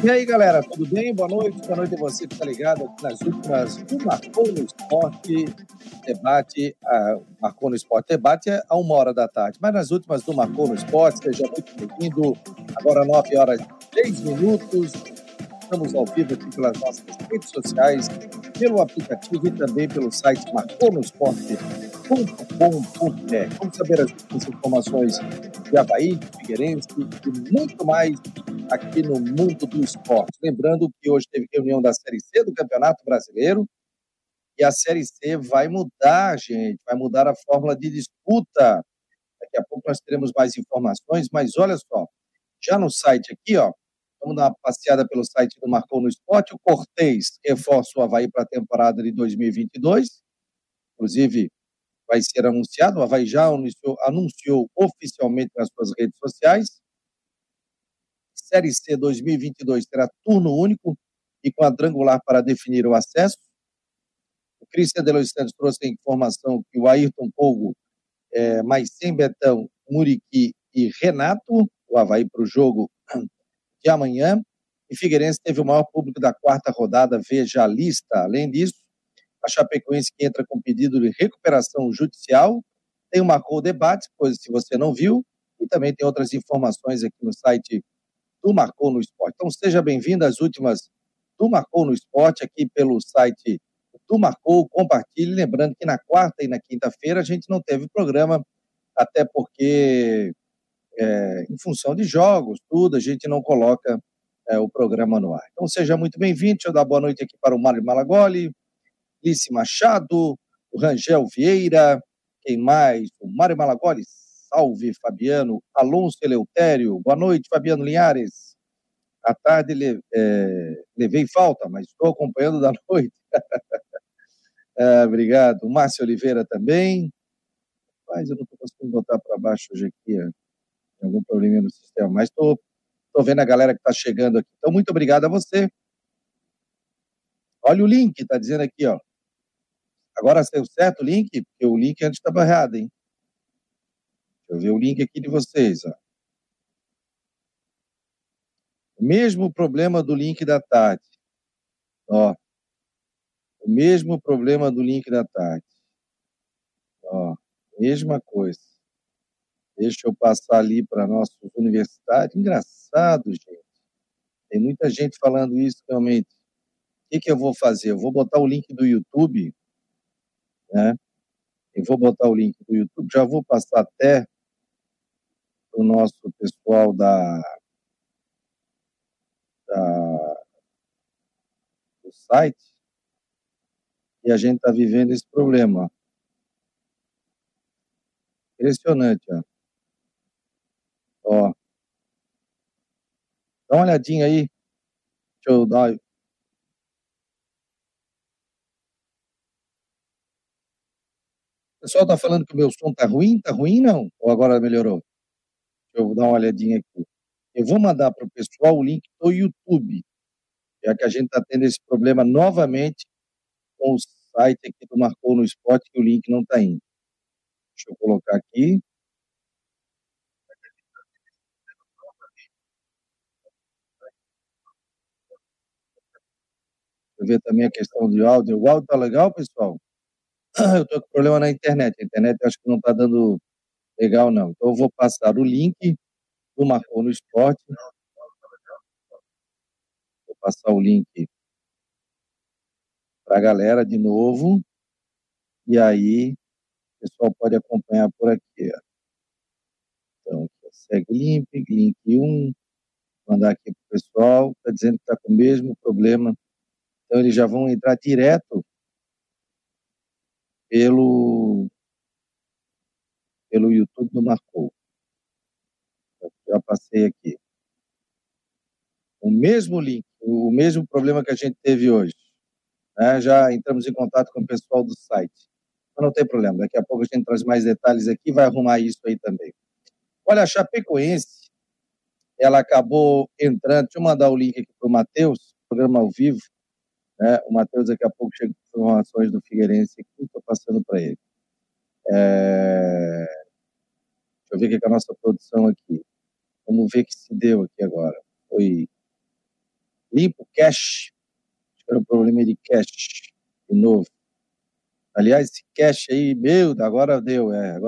E aí, galera, tudo bem? Boa noite a você que está ligado aqui nas últimas do Marcou no Esporte Debate. Marcou no Esporte Debate é a 1h da tarde, mas nas últimas do Marcou no Esporte, seja muito bem-vindo. Agora 9h03. Estamos ao vivo aqui pelas nossas redes sociais, pelo aplicativo e também pelo site marconosport.com.br. Vamos saber as últimas informações de Avaí, de Figueirense e muito mais aqui no mundo do esporte. Lembrando que hoje teve reunião da Série C do Campeonato Brasileiro e a Série C vai mudar, gente, vai mudar a fórmula de disputa. Daqui a pouco nós teremos mais informações, mas olha só, já no site aqui, ó, vamos dar uma passeada pelo site do Marcou no Esporte. O Cortez reforça o Avaí para a temporada de 2022. Inclusive, vai ser anunciado. O Avaí já anunciou oficialmente nas suas redes sociais. Série C 2022 terá turno único e quadrangular para definir o acesso. O Cristian de Los Santos trouxe a informação que o Ayrton Pogo, mais sem Betão, Muriqui e Renato, o Avaí para o jogo de amanhã. E Figueirense teve o maior público da quarta rodada, veja a lista. Além disso, a Chapecoense, que entra com pedido de recuperação judicial, tem o Marcou Debate, coisa se você não viu, e também tem outras informações aqui no site do Marcou no Esporte. Então, seja bem-vindo às últimas do Marcou no Esporte, aqui pelo site do Marcou. Compartilhe, lembrando que na quarta e na quinta-feira a gente não teve programa, até porque em função de jogos, tudo, a gente não coloca o programa no ar. Então, seja muito bem-vindo. Deixa eu dar boa noite aqui para o Mário Malagoli, Lice Machado, o Rangel Vieira, quem mais? O Mário Malagoli, salve, Fabiano, Alonso Eleutério, boa noite, Fabiano Linhares. À tarde levei falta, mas estou acompanhando da noite. Obrigado. Márcio Oliveira também. Mas eu não estou conseguindo botar para baixo hoje aqui, algum probleminha no sistema, mas estou vendo a galera que está chegando aqui. Então, muito obrigado a você. Olha o link, está dizendo aqui, ó. Agora saiu certo o link? Porque o link antes estava errado, hein? Deixa eu ver o link aqui de vocês, ó. O mesmo problema do link da tarde. Ó. O mesmo problema do link da tarde. Ó. Mesma coisa. Deixa eu passar ali para nossos universitários. Engraçado, gente. Tem muita gente falando isso realmente. O que eu vou fazer? Eu vou botar o link do YouTube, né? Eu vou botar o link do YouTube. Já vou passar até o nosso pessoal do site, e a gente está vivendo esse problema. Impressionante, ó. Ó. Dá uma olhadinha aí. Deixa eu dar. O pessoal está falando que o meu som está ruim? Está ruim, não? Ou agora melhorou? Deixa eu dar uma olhadinha aqui. Eu vou mandar para o pessoal o link do YouTube, já que a gente está tendo esse problema novamente com o site aqui do Marcou no Esporte, que o link não está indo. Deixa eu colocar aqui. Deixa eu ver também a questão do áudio. O áudio está legal, pessoal? Eu estou com problema na internet. A internet eu acho que não está dando legal, não. Então eu vou passar o link do Marcou no Esporte. Vou passar o link para a galera de novo. E aí, o pessoal pode acompanhar por aqui. Ó. Então, segue link 1. Mandar aqui para o pessoal. Está dizendo que está com o mesmo problema. Então, eles já vão entrar direto pelo YouTube do Marcou. Já passei aqui. O mesmo link, o mesmo problema que a gente teve hoje. Né? Já entramos em contato com o pessoal do site. Mas não tem problema, daqui a pouco a gente traz mais detalhes aqui e vai arrumar isso aí também. Olha, a Chapecoense, ela acabou entrando, deixa eu mandar o link aqui para o Matheus, programa ao vivo, né? O Matheus daqui a pouco chega com informações do Figueirense aqui, estou passando para ele. Deixa eu ver o que é a nossa produção aqui. Vamos ver o que se deu aqui agora. Foi limpa o cache. Acho que era um problema de cache de novo. Aliás, esse cache aí, agora deu.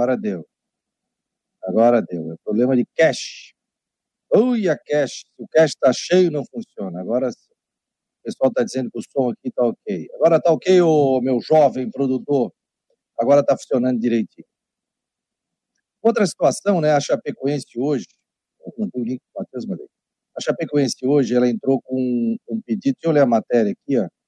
Agora deu. É problema de cache. Ui, a cache. Se o cache está cheio, não funciona. Agora sim. O pessoal está dizendo que o som aqui está ok. Agora está ok, ô meu jovem produtor? Agora está funcionando direitinho. Outra situação, né? A Chapecoense hoje, eu mandei o link para o Matheus, mandei. A Chapecoense hoje, ela entrou com um pedido, deixa eu ler a matéria aqui, ó.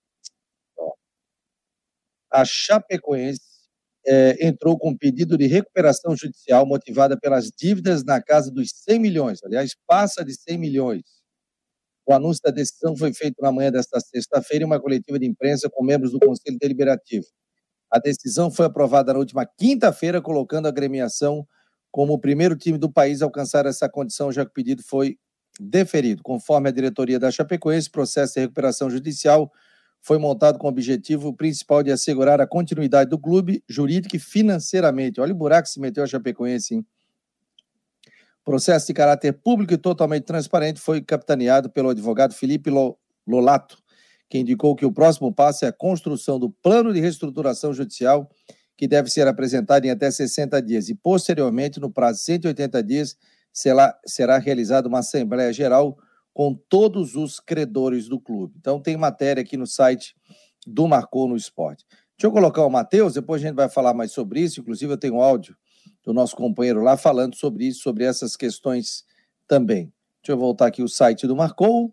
A Chapecoense entrou com um pedido de recuperação judicial motivada pelas dívidas na casa dos 100 milhões, aliás, passa de 100 milhões. O anúncio da decisão foi feito na manhã desta sexta-feira em uma coletiva de imprensa com membros do Conselho Deliberativo. A decisão foi aprovada na última quinta-feira, colocando a agremiação como o primeiro time do país a alcançar essa condição, já que o pedido foi deferido. Conforme a diretoria da Chapecoense, o processo de recuperação judicial foi montado com o objetivo principal de assegurar a continuidade do clube jurídico e financeiramente. Olha o buraco que se meteu a Chapecoense, hein? O processo de caráter público e totalmente transparente foi capitaneado pelo advogado Felipe Lolato, que indicou que o próximo passo é a construção do plano de reestruturação judicial, que deve ser apresentado em até 60 dias. E, posteriormente, no prazo de 180 dias, será realizada uma Assembleia Geral com todos os credores do clube. Então, tem matéria aqui no site do Marcou no Esporte. Deixa eu colocar o Matheus, depois a gente vai falar mais sobre isso. Inclusive, eu tenho áudio do nosso companheiro lá falando sobre isso, sobre essas questões também. Deixa eu voltar aqui o site do Marcou.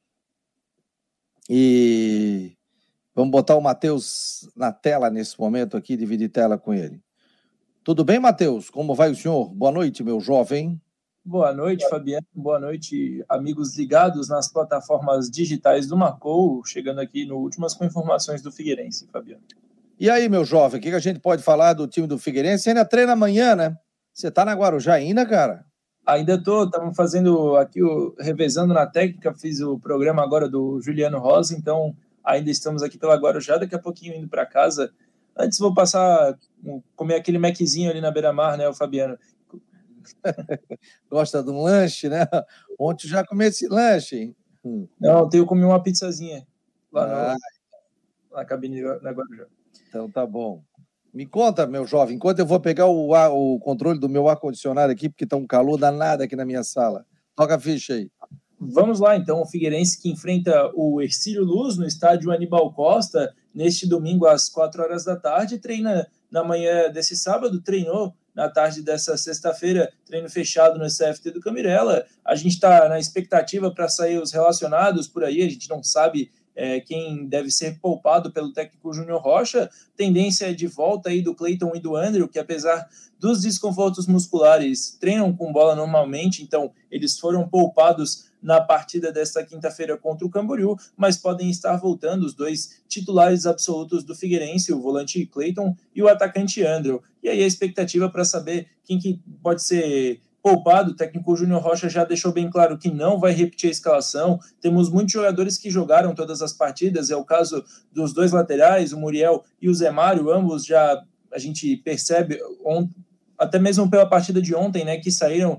E vamos botar o Matheus na tela nesse momento aqui, dividir tela com ele. Tudo bem, Matheus? Como vai o senhor? Boa noite, meu jovem. Boa noite, Fabiano. Boa noite, amigos ligados nas plataformas digitais do Marcou. Chegando aqui no Últimas com informações do Figueirense, Fabiano. E aí, meu jovem, o que a gente pode falar do time do Figueirense? Você ainda treina amanhã, né? Você tá na Guarujá ainda, cara? Ainda estamos fazendo aqui, revezando na técnica, fiz o programa agora do Juliano Rosa, então ainda estamos aqui pela Guarujá, daqui a pouquinho indo para casa. Antes vou passar, comer aquele Maczinho ali na beira-mar, né, o Fabiano? Gosta de um lanche, né? Ontem já comi esse lanche, hein? Não, eu comi uma pizzazinha lá na cabine na Guarujá. Então tá bom. Me conta, meu jovem, enquanto eu vou pegar o controle do meu ar-condicionado aqui, porque tá um calor danado aqui na minha sala. Toca a ficha aí. Vamos lá, então, o Figueirense que enfrenta o Hercílio Luz no estádio Aníbal Costa, neste domingo às 4 horas da tarde, treina na manhã desse sábado, treinou na tarde dessa sexta-feira, treino fechado no CFT do Camirela. A gente está na expectativa para sair os relacionados por aí, a gente não sabe quem deve ser poupado pelo técnico Júnior Rocha. Tendência de volta aí do Cleiton e do Andrew, que apesar dos desconfortos musculares, treinam com bola normalmente, então eles foram poupados na partida desta quinta-feira contra o Camboriú, mas podem estar voltando os dois titulares absolutos do Figueirense, o volante Cleiton e o atacante Andrew. E aí a expectativa para saber quem que pode ser poupado. O técnico Júnior Rocha já deixou bem claro que não vai repetir a escalação. Temos muitos jogadores que jogaram todas as partidas, é o caso dos dois laterais, o Muriel e o Zé Mário, ambos já a gente percebe, até mesmo pela partida de ontem, né, que saíram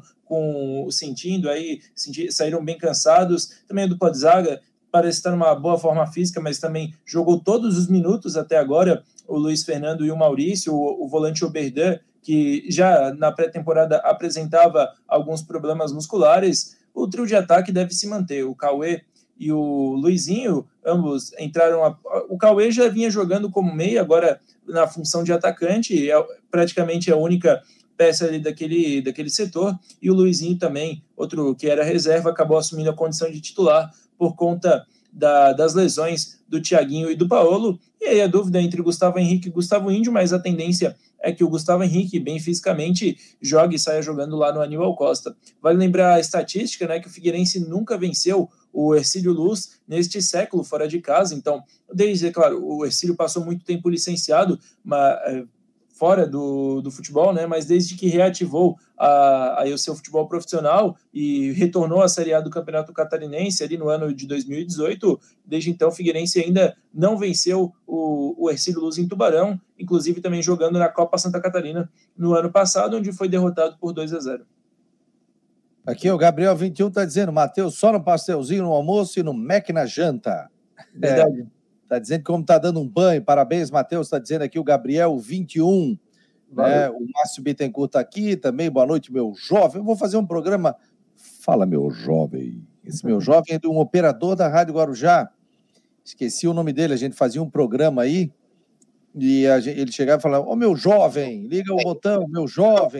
saíram bem cansados. Também o dupla de zaga parece estar numa boa forma física, mas também jogou todos os minutos até agora, o Luiz Fernando e o Maurício, o volante Oberdan, que já na pré-temporada apresentava alguns problemas musculares. O trio de ataque deve se manter, o Cauê e o Luizinho, ambos entraram. O Cauê já vinha jogando como meia, agora na função de atacante, é praticamente a única peça ali daquele setor, e o Luizinho também, outro que era reserva, acabou assumindo a condição de titular por conta das lesões do Thiaguinho e do Paolo. E aí a dúvida entre Gustavo Henrique e Gustavo Índio, mas a tendência é que o Gustavo Henrique, bem fisicamente, jogue e saia jogando lá no Aníbal Costa. Vale lembrar a estatística, né, que o Figueirense nunca venceu o Hercílio Luz neste século fora de casa. Então, desde, claro, o Hercílio passou muito tempo licenciado, mas fora do futebol, né? Mas desde que reativou o seu futebol profissional e retornou à Série A do Campeonato Catarinense ali no ano de 2018, desde então o Figueirense ainda não venceu o Hercílio Luz em Tubarão, inclusive também jogando na Copa Santa Catarina no ano passado, onde foi derrotado por 2-0. Aqui o Gabriel 21 está dizendo, Matheus, só no pastelzinho no almoço e no Mac na janta. Verdade. Está dizendo como está dando um banho. Parabéns, Matheus. Está dizendo aqui o Gabriel 21. Né? O Márcio Bittencourt está aqui também. Boa noite, meu jovem. Eu vou fazer um programa. Fala, meu jovem. Esse meu jovem é de um operador da Rádio Guarujá. Esqueci o nome dele. A gente fazia um programa aí e ele chegava e falava: Ô, meu jovem, liga o botão, meu jovem.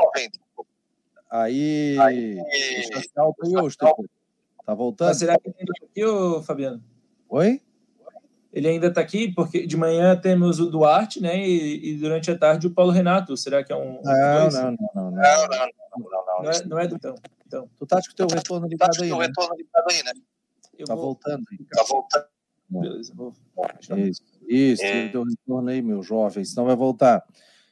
Aí. Tá voltando? Mas será que ele ainda está aqui, ô, Fabiano? Oi? Ele ainda está aqui, porque de manhã temos o Duarte, né? E durante a tarde o Paulo Renato. Será que é um dos dois? Não. Não é então. Tu tá com o teu retorno ligado aí, né? Tá voltando. Beleza, vou. Isso, tem o teu retorno aí, meu jovem, senão vai voltar.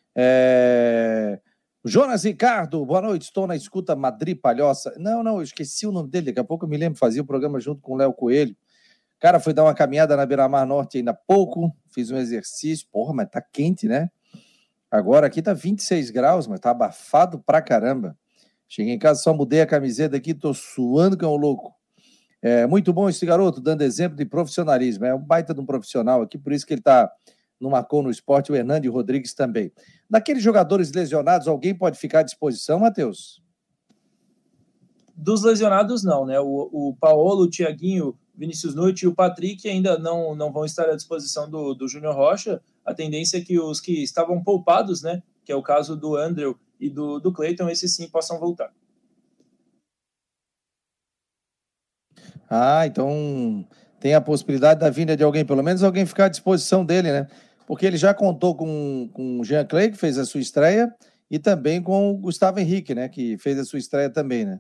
Jonas Ricardo, boa noite, estou na escuta Madrid Palhoça. Não, eu esqueci o nome dele, daqui a pouco eu me lembro, fazia o programa junto com o Léo Coelho. Cara, fui dar uma caminhada na Beira-Mar Norte ainda há pouco, fiz um exercício, porra, mas tá quente, né? Agora aqui tá 26 graus, mas tá abafado pra caramba. Cheguei em casa, só mudei a camiseta aqui, tô suando que é um louco. Muito bom esse garoto, dando exemplo de profissionalismo. É um baita de um profissional aqui, por isso que ele tá no Marcou no Esporte, o Hernando Rodrigues também. Daqueles jogadores lesionados, alguém pode ficar à disposição, Matheus? Dos lesionados, não, né? O Paolo, o Thiaguinho, Vinícius Nutt e o Patrick ainda não vão estar à disposição do Júnior Rocha. A tendência é que os que estavam poupados, né? Que é o caso do Andrew e do Cleiton, esses sim possam voltar. Então tem a possibilidade da vinda de alguém, pelo menos alguém ficar à disposição dele, né? Porque ele já contou com o Jean Clay, que fez a sua estreia, e também com o Gustavo Henrique, né? Que fez a sua estreia também, né?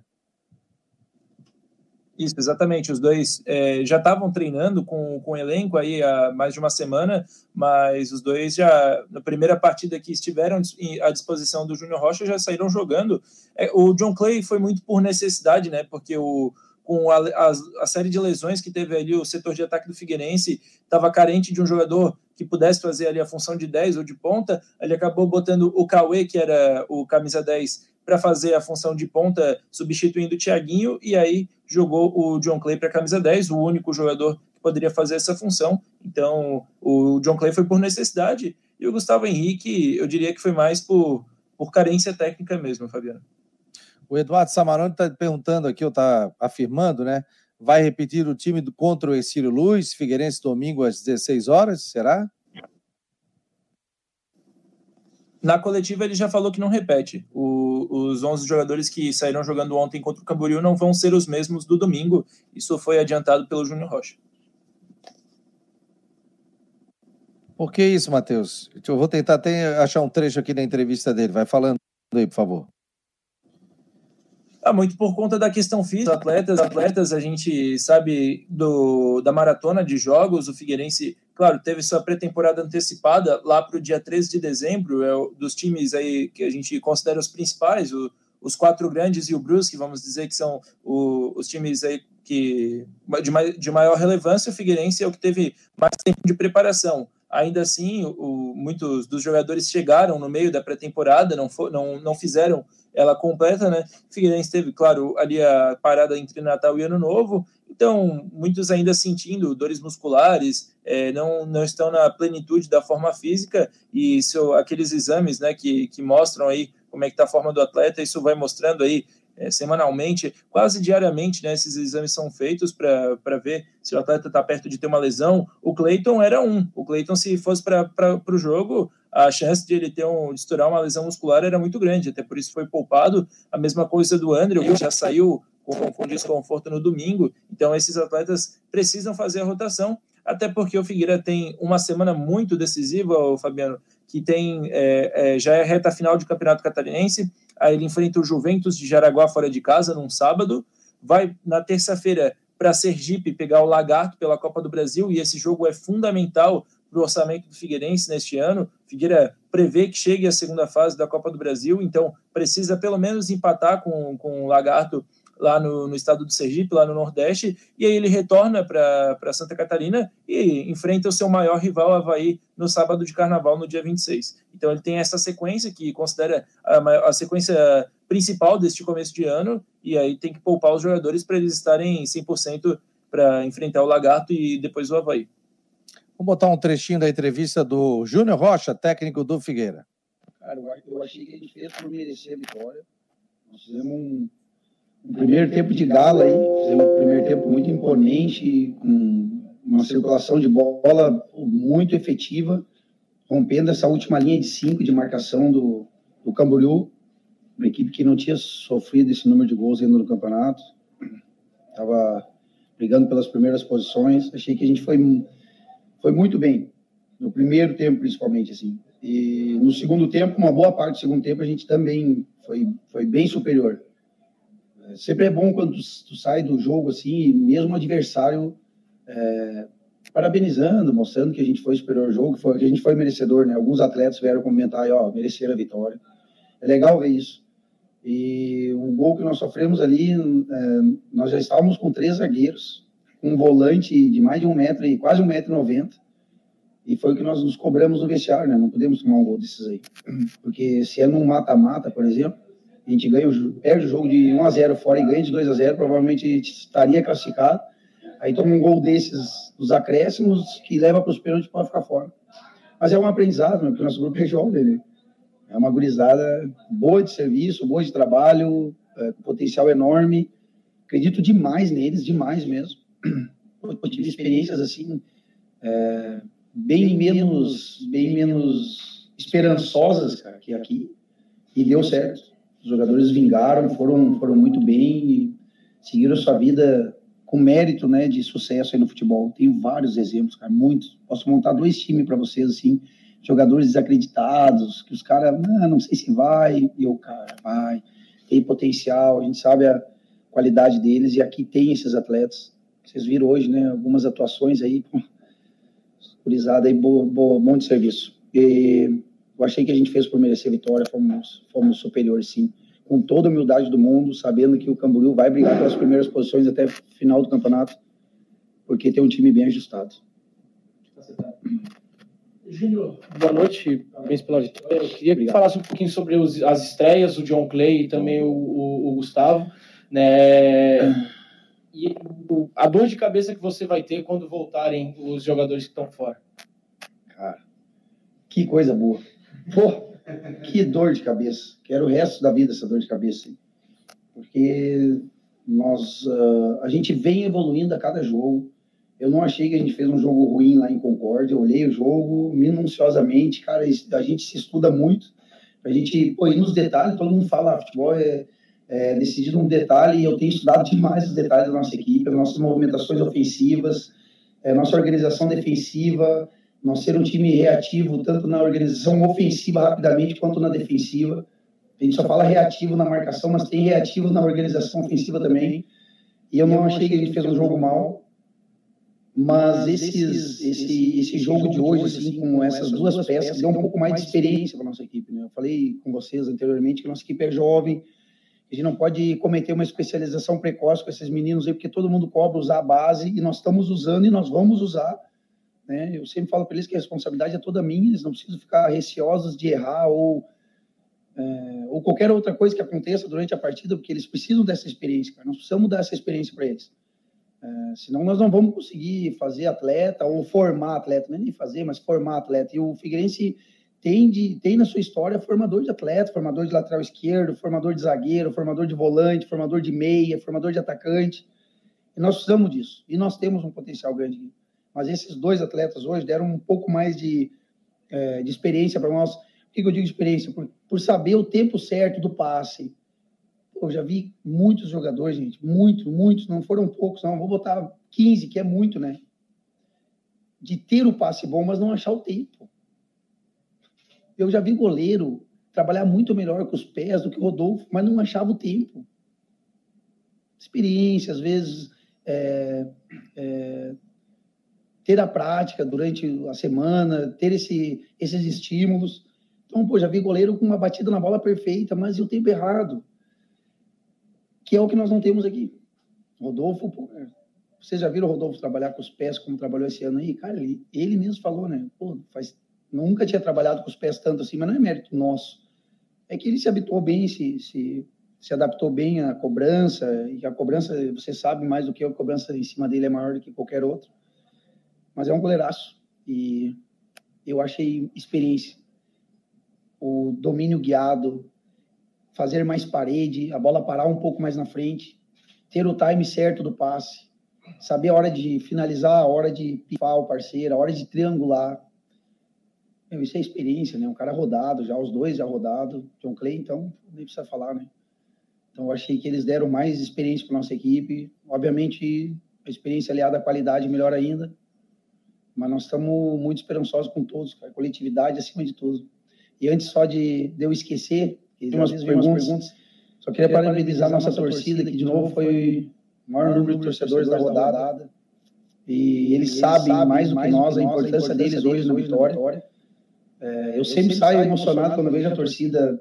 Isso, exatamente. Os dois já estavam treinando com o elenco aí há mais de uma semana, mas os dois já, na primeira partida que estiveram à disposição do Júnior Rocha, já saíram jogando. O John Clay foi muito por necessidade, né? Porque com a série de lesões que teve ali, o setor de ataque do Figueirense estava carente de um jogador que pudesse fazer ali a função de 10 ou de ponta. Ele acabou botando o Cauê, que era o camisa 10, para fazer a função de ponta, substituindo o Thiaguinho, e aí jogou o John Clay para a camisa 10, o único jogador que poderia fazer essa função. Então, o John Clay foi por necessidade, e o Gustavo Henrique, eu diria que foi mais por carência técnica mesmo, Fabiano. O Eduardo Samarone está perguntando aqui, ou está afirmando, né? Vai repetir o time contra o Ercílio Luz, Figueirense, domingo às 16 horas, será? Na coletiva ele já falou que não repete. Os 11 jogadores que saíram jogando ontem contra o Camboriú não vão ser os mesmos do domingo. Isso foi adiantado pelo Júnior Rocha. Por que isso, Matheus? Eu vou tentar até achar um trecho aqui da entrevista dele. Vai falando aí, por favor. Muito por conta da questão física. Atletas, a gente sabe da maratona de jogos. O Figueirense, claro, teve sua pré-temporada antecipada lá para o dia 13 de dezembro. Dos times aí que a gente considera os principais, os 4 grandes e o Brusque, vamos dizer que são os times aí de maior relevância. O Figueirense é o que teve mais tempo de preparação. Ainda assim, muitos dos jogadores chegaram no meio da pré-temporada, não fizeram ela completa, né? O Figueirense teve, claro, ali a parada entre Natal e Ano Novo, então muitos ainda sentindo dores musculares, não estão na plenitude da forma física, e aqueles exames, né, que mostram aí como é que está a forma do atleta, isso vai mostrando aí semanalmente, quase diariamente, né, esses exames são feitos para ver se o atleta está perto de ter uma lesão. O Cleiton era o Cleiton, se fosse para o jogo, a chance de ele de estourar uma lesão muscular era muito grande, até por isso foi poupado. A mesma coisa do André, que já saiu com desconforto no domingo. Então esses atletas precisam fazer a rotação, até porque o Figueira tem uma semana muito decisiva, Fabiano, que já é reta final de Campeonato Catarinense. Aí ele enfrenta o Juventus de Jaraguá fora de casa num sábado, vai na terça-feira para Sergipe pegar o Lagarto pela Copa do Brasil, e esse jogo é fundamental para o orçamento do Figueirense neste ano. Figueira prevê que chegue à segunda fase da Copa do Brasil, então precisa pelo menos empatar com o Lagarto lá no estado do Sergipe, lá no Nordeste, e aí ele retorna para Santa Catarina e enfrenta o seu maior rival, Avaí, no sábado de Carnaval, no dia 26. Então ele tem essa sequência que considera a sequência principal deste começo de ano, e aí tem que poupar os jogadores para eles estarem 100% para enfrentar o Lagarto e depois o Avaí. Vamos botar um trechinho da entrevista do Júnior Rocha, técnico do Figueira. Cara, eu achei que a gente fez por merecer a vitória. Nós fizemos um primeiro tempo de gala aí, fizemos um primeiro tempo muito imponente, com uma circulação de bola muito efetiva, rompendo essa última linha de 5 de marcação do Camboriú, uma equipe que não tinha sofrido esse número de gols ainda no campeonato. Estava brigando pelas primeiras posições. Achei que a gente foi muito bem, no primeiro tempo principalmente, assim. E no segundo tempo, uma boa parte do segundo tempo, a gente também foi bem superior. Sempre é bom quando tu sai do jogo, assim, mesmo o adversário parabenizando, mostrando que a gente foi superior ao jogo, que a gente foi merecedor, né? Alguns atletas vieram comentar, mereceram a vitória. É legal ver isso. E o gol que nós sofremos ali, nós já estávamos com 3 zagueiros, com um volante de mais de 1 metro, e quase 1,90 m, e foi o que nós nos cobramos no vestiário, né? Não podemos tomar um gol desses aí. Porque se é num mata-mata, por exemplo, a gente perde o jogo de 1-0 fora e ganha de 2-0, provavelmente a gente estaria classificado. Aí toma um gol desses dos acréscimos que leva para os pênaltis, pode ficar fora. Mas é um aprendizado, né? Porque o nosso grupo é jovem, né? É uma gurizada boa de serviço, boa de trabalho, com potencial enorme. Acredito demais neles, demais mesmo. Eu tive experiências assim, bem menos esperançosas, cara, que aqui, e deu certo. Os jogadores vingaram, foram muito bem e seguiram sua vida com mérito, né, de sucesso aí no futebol. Tenho vários exemplos, cara, muitos. Posso montar 2 times para vocês, assim, jogadores desacreditados, que os caras, não sei se vai, e o cara vai, tem potencial, a gente sabe a qualidade deles, e aqui tem esses atletas. Vocês viram hoje, né, algumas atuações aí, gurizada aí, bom de serviço. E eu achei que a gente fez por merecer a vitória, fomos superiores, sim, com toda a humildade do mundo, sabendo que o Camboriú vai brigar pelas primeiras posições até o final do campeonato, porque tem um time bem ajustado. Júnior, boa noite, parabéns pela vitória. Eu queria que falasse um pouquinho sobre as estreias, o John Clay e também o Gustavo, né? E a dor de cabeça que você vai ter quando voltarem os jogadores que estão fora. Cara, que coisa boa. Pô, que dor de cabeça. Quero o resto da vida essa dor de cabeça. Porque a gente vem evoluindo a cada jogo. Eu não achei que a gente fez um jogo ruim lá em Concórdia. Eu olhei o jogo minuciosamente. Cara, a gente se estuda muito. A gente ir nos detalhes. Todo mundo fala, futebol é decidido num detalhe. E eu tenho estudado demais os detalhes da nossa equipe, as nossas movimentações ofensivas, nossa organização defensiva, nós ser um time reativo, tanto na organização ofensiva rapidamente, quanto na defensiva. A gente só fala reativo na marcação, mas tem reativo na organização ofensiva também. E eu não achei que a gente fez um jogo mal. Mas esse jogo de hoje, assim, com essas 2 peças, deu um pouco mais de experiência para a nossa equipe, né? Eu falei com vocês anteriormente que a nossa equipe é jovem, a gente não pode cometer uma especialização precoce com esses meninos aí, porque todo mundo cobra usar a base, e nós estamos usando e nós vamos usar, né? Eu sempre falo para eles que a responsabilidade é toda minha, eles não precisam ficar receosos de errar ou qualquer outra coisa que aconteça durante a partida, porque eles precisam dessa experiência, cara. Nós precisamos dar essa experiência para eles. Senão nós não vamos conseguir fazer atleta ou formar atleta, nem fazer, mas formar atleta. E o Figueirense tem na sua história formador de atleta, formador de lateral esquerdo, formador de zagueiro, formador de volante, formador de meia, formador de atacante. E nós precisamos disso. E nós temos um potencial grande. Mas esses 2 atletas hoje deram um pouco mais de experiência para nós. Por que eu digo experiência? Por saber o tempo certo do passe. Eu já vi muitos jogadores, gente, muitos, não foram poucos, não, vou botar 15, que é muito, né? De ter o passe bom, mas não achar o tempo. Eu já vi goleiro trabalhar muito melhor com os pés do que o Rodolfo, mas não achava o tempo. Experiência, às vezes, ter a prática durante a semana, ter esses estímulos. Então, já vi goleiro com uma batida na bola perfeita, mas e o tempo errado? que é o que nós não temos aqui. Rodolfo, pô, vocês já viram o Rodolfo trabalhar com os pés como trabalhou esse ano aí? Cara, ele mesmo falou, né? Pô, nunca tinha trabalhado com os pés tanto assim, mas não é mérito nosso. É que ele se habituou bem, se adaptou bem à cobrança, e a cobrança, você sabe mais do que eu, a cobrança em cima dele é maior do que qualquer outro. Mas é um goleiraço. E eu achei experiência. O domínio guiado, fazer mais parede, a bola parar um pouco mais na frente, ter o time certo do passe, saber a hora de finalizar, a hora de pifar o parceiro, a hora de triangular. Isso é experiência, né? Um cara rodado já, os dois já rodado. John Clay, então, nem precisa falar, né? Então, eu achei que eles deram mais experiência para nossa equipe. Obviamente, a experiência aliada à qualidade, melhor ainda. Mas nós estamos muito esperançosos com todos, cara. Coletividade acima de tudo. E antes só de eu esquecer, tem umas perguntas, só queria parabenizar a nossa torcida, que de novo foi o maior número de torcedores da rodada. E eles sabem mais do que nós a importância deles hoje na vitória. Eu sempre saio emocionado quando vejo a torcida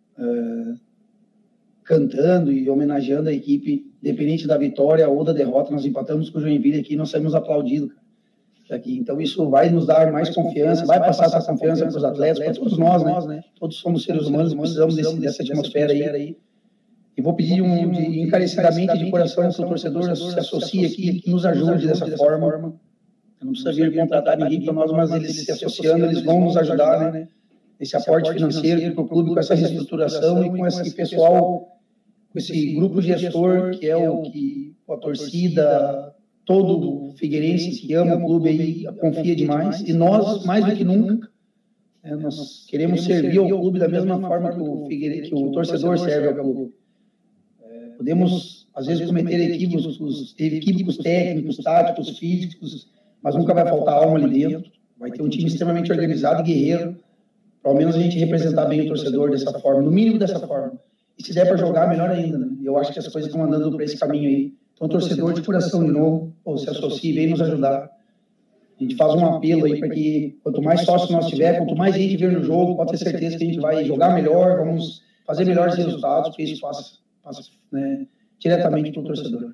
cantando e homenageando a equipe, independente da vitória ou da derrota. Nós empatamos com o Joinville aqui e nós saímos aplaudidos aqui. Então isso vai nos dar mais confiança, vai passar essa confiança para os atletas, para todos nós, né? Todos somos seres humanos e precisamos dessa atmosfera aí. E vou pedir encarecidamente de coração que o torcedor se associe aqui, que nos ajude dessa forma. Não precisa vir contratar ninguém para nós, mas eles se associando, eles vão nos ajudar, né? Esse aporte financeiro para o clube, com essa reestruturação e com esse pessoal, com esse grupo gestor, que é o que a torcida, todo o figueirense que ama o clube aí, confia demais. E nós, mais do que nunca, nós queremos servir ao clube da mesma forma que o torcedor serve ao clube. Podemos, às vezes, cometer equívocos técnicos, táticos, físicos, mas nunca vai faltar alma ali dentro. Vai ter um time extremamente organizado e guerreiro, para ao menos a gente representar bem o torcedor dessa forma, no mínimo dessa forma. E se der para jogar, melhor ainda, né? Eu acho que as coisas estão andando para esse caminho aí. Então, torcedor de coração de novo, se associe, vem nos ajudar. A gente faz um apelo aí para que, quanto mais sócio nós tiver, quanto mais gente ver no jogo, pode ter certeza que a gente vai jogar melhor, vamos fazer melhores resultados, porque isso passa né, diretamente para o torcedor.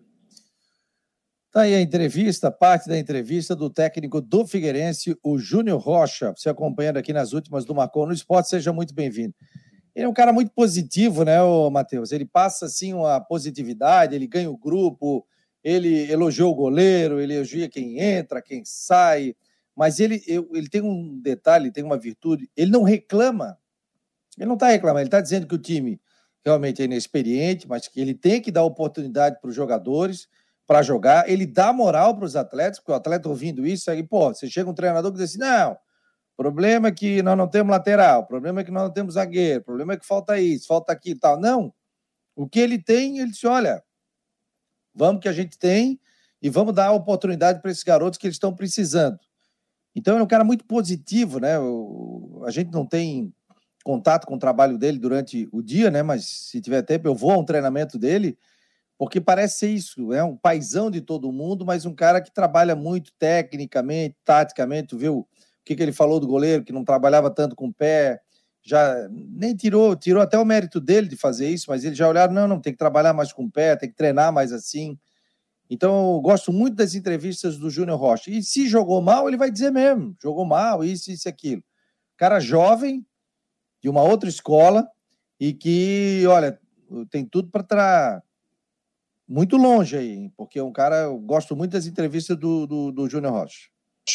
Tá aí a entrevista, parte da entrevista do técnico do Figueirense, o Júnior Rocha. Você acompanhando aqui nas últimas do Marcou no Esporte, seja muito bem-vindo. Ele é um cara muito positivo, né, Matheus? Ele passa, assim, uma positividade, ele ganha o grupo, ele elogiou o goleiro, ele elogia quem entra, quem sai, mas ele tem um detalhe, tem uma virtude, ele não reclama. Ele não está reclamando, ele está dizendo que o time realmente é inexperiente, mas que ele tem que dar oportunidade para os jogadores, para jogar, ele dá moral para os atletas, porque o atleta ouvindo isso, aí, pô, você chega um treinador que diz assim, não, o problema é que nós não temos lateral, o problema é que nós não temos zagueiro, o problema é que falta isso, falta aquilo e tal. Não, o que ele tem, ele diz, olha, vamos que a gente tem e vamos dar oportunidade para esses garotos que eles estão precisando. Então, ele é um cara muito positivo, né? A gente não tem contato com o trabalho dele durante o dia, né? Mas se tiver tempo, eu vou a um treinamento dele, porque parece ser isso, é um paizão de todo mundo, mas um cara que trabalha muito tecnicamente, taticamente. Tu viu o que ele falou do goleiro, que não trabalhava tanto com o pé, já nem tirou até o mérito dele de fazer isso, mas eles já olharam, não, tem que trabalhar mais com o pé, tem que treinar mais assim. Então, eu gosto muito das entrevistas do Júnior Rocha. E se jogou mal, ele vai dizer mesmo, jogou mal, isso e aquilo. Cara jovem, de uma outra escola, e que, olha, tem tudo para estar muito longe aí, hein? Porque é um cara, eu gosto muito das entrevistas do Júnior Rocha.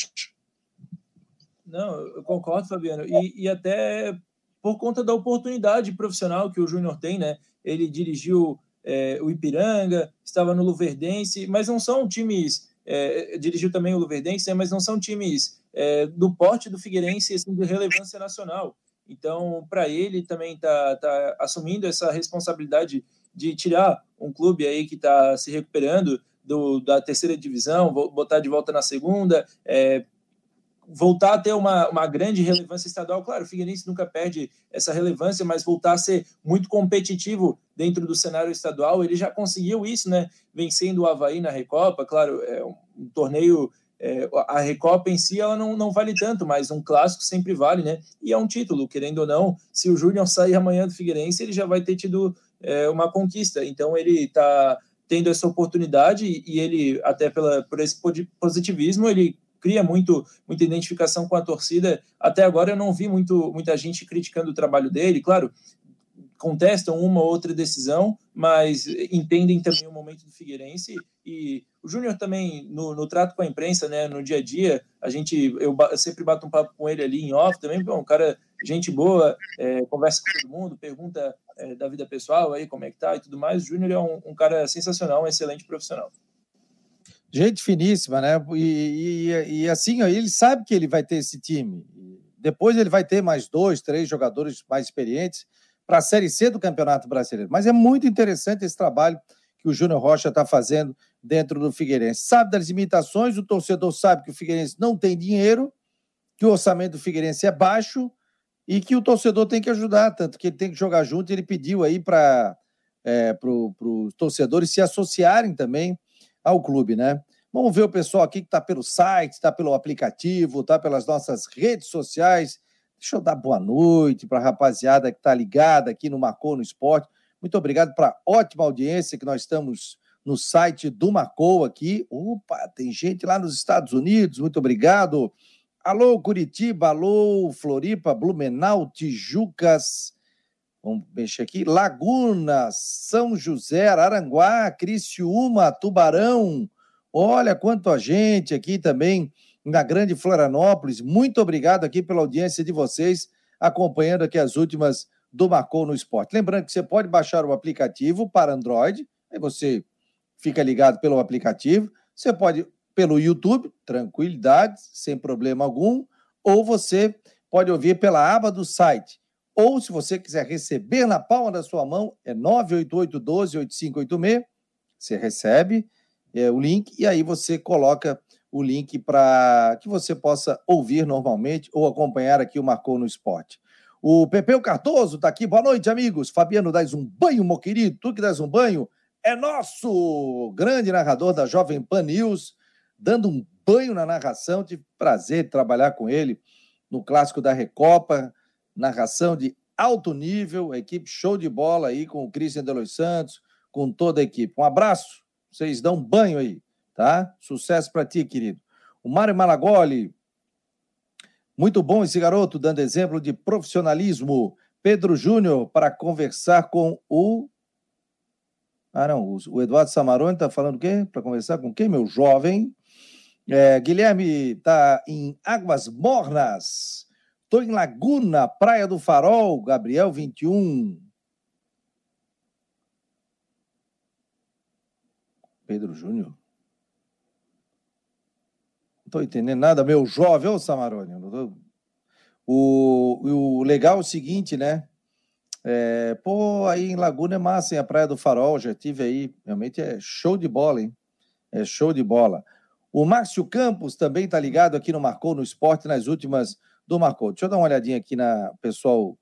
Não, eu concordo, Fabiano, e até por conta da oportunidade profissional que o Júnior tem, né? Ele dirigiu o Ipiranga, estava no Luverdense, mas não são times, dirigiu também o Luverdense, né? Mas não são times do porte do Figueirense, assim, de relevância nacional. Então, para ele também tá assumindo essa responsabilidade de tirar um clube aí que está se recuperando da terceira divisão, botar de volta na segunda, voltar a ter uma grande relevância estadual. Claro, o Figueirense nunca perde essa relevância, mas voltar a ser muito competitivo dentro do cenário estadual. Ele já conseguiu isso, né? Vencendo o Avaí na Recopa. Claro, é um torneio, a Recopa em si ela não vale tanto, mas um clássico sempre vale, né? E é um título, querendo ou não. Se o Júnior sair amanhã do Figueirense, ele já vai ter tido uma conquista. Então ele está tendo essa oportunidade e ele, até por esse positivismo, ele cria muita identificação com a torcida. Até agora eu não vi muita gente criticando o trabalho dele, claro, contestam uma ou outra decisão, mas entendem também o momento do Figueirense. E o Júnior também, no trato com a imprensa, né, no dia a dia, eu sempre bato um papo com ele ali em off também, um cara, gente boa, conversa com todo mundo, pergunta da vida pessoal, aí como é que tá e tudo mais. O Júnior é um cara sensacional, um excelente profissional. Gente finíssima, né? E assim, ele sabe que ele vai ter esse time. Depois ele vai ter mais 2, 3 jogadores mais experientes para a Série C do Campeonato Brasileiro. Mas é muito interessante esse trabalho que o Júnior Rocha está fazendo dentro do Figueirense. Sabe das limitações, o torcedor sabe que o Figueirense não tem dinheiro, que o orçamento do Figueirense é baixo e que o torcedor tem que ajudar, tanto que ele tem que jogar junto. Ele pediu aí para os torcedores se associarem também ao clube, né? Vamos ver o pessoal aqui que está pelo site, está pelo aplicativo, está pelas nossas redes sociais. Deixa eu dar boa noite para a rapaziada que está ligada aqui no Marcou no Esporte. Muito obrigado pela ótima audiência que nós estamos no site do Marcou aqui. Opa, tem gente lá nos Estados Unidos, muito obrigado. Alô, Curitiba, alô, Floripa, Blumenau, Tijucas, vamos mexer aqui, Laguna, São José, Araranguá, Criciúma, Tubarão. Olha quanta gente aqui também na grande Florianópolis. Muito obrigado aqui pela audiência de vocês, acompanhando aqui as últimas do Marcou no Esporte. Lembrando que você pode baixar o aplicativo para Android, aí você fica ligado pelo aplicativo. Você pode pelo YouTube, tranquilidade, sem problema algum, ou você pode ouvir pela aba do site. Ou, se você quiser receber na palma da sua mão, é 988-12-8586. Você recebe o link e aí você coloca o link para que você possa ouvir normalmente ou acompanhar aqui o Marcou no Esporte. O Pepeu Cardoso está aqui. Boa noite, amigos. Fabiano, dás um banho, meu querido? Tu que dás um banho? É nosso grande narrador da Jovem Pan News, dando um banho na narração. Tive prazer de trabalhar com ele no Clássico da Recopa. Narração de alto nível, a equipe show de bola aí com o Christian de Los Santos, com toda a equipe. Um abraço, vocês dão um banho aí, tá? Sucesso para ti, querido. O Mário Malagoli, muito bom esse garoto, dando exemplo de profissionalismo. Pedro Júnior, para conversar com o... o Eduardo Samarone está falando o quê? Para conversar com quem, meu jovem? Guilherme está em Águas Mornas. Estou em Laguna, Praia do Farol, Gabriel 21. Pedro Júnior. Não estou entendendo nada, meu jovem, ô Samarone. O legal é o seguinte, né? Aí em Laguna é massa, hein? A Praia do Farol, já tive aí. Realmente é show de bola, hein? É show de bola. O Márcio Campos também está ligado aqui no Marcou no Esporte nas últimas do Marcou. Deixa eu dar uma olhadinha aqui na pessoal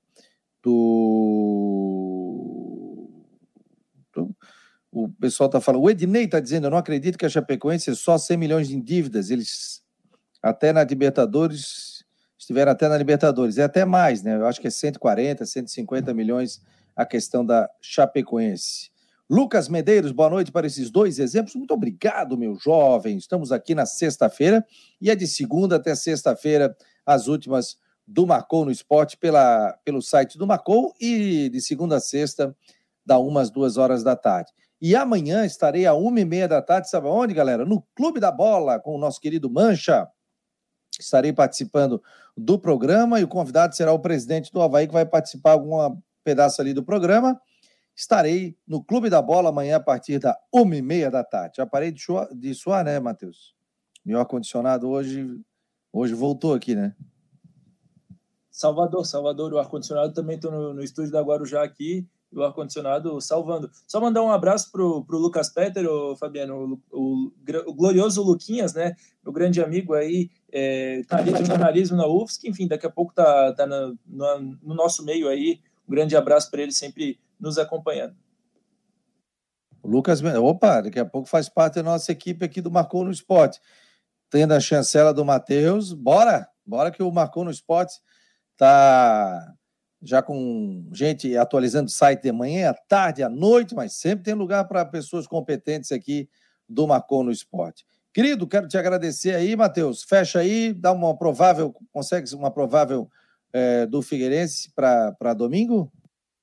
o pessoal está falando. O Ednei está dizendo: eu não acredito que a Chapecoense é só 100 milhões em dívidas. Eles até na Libertadores, estiveram até na Libertadores. É até mais, né? Eu acho que é 140, 150 milhões a questão da Chapecoense. Lucas Medeiros, boa noite para esses dois exemplos. Muito obrigado, meu jovem. Estamos aqui na sexta-feira e é de segunda até sexta-feira as últimas do Marcou no Esporte pelo site do Marcou e de segunda a sexta, da 1 às 2 horas da tarde. E amanhã estarei às 1h30 da tarde, sabe onde, galera? No Clube da Bola, com o nosso querido Mancha. Estarei participando do programa e o convidado será o presidente do Avaí, que vai participar algum pedaço ali do programa. Estarei no Clube da Bola amanhã a partir da 1h30 da tarde. Já parei de suar, né, Matheus? Meu ar-condicionado hoje voltou aqui, né? Salvador, o ar-condicionado também. Estou no estúdio da Guarujá aqui, o ar-condicionado salvando. Só mandar um abraço pro Lucas Petter, Fabiano, o glorioso Luquinhas, né? Meu grande amigo aí, tá ali no jornalismo na UFSC, enfim, daqui a pouco tá no nosso meio aí. Um grande abraço para ele, sempre nos acompanhando. O Lucas, opa, daqui a pouco faz parte da nossa equipe aqui do Marcou no Esporte. Tendo a chancela do Matheus, bora que o Marcou no Esporte tá já com gente atualizando o site de manhã, à tarde, à noite, mas sempre tem lugar para pessoas competentes aqui do Marcou no Esporte. Querido, quero te agradecer aí, Matheus. Fecha aí, dá uma provável, consegue uma provável do Figueirense para domingo?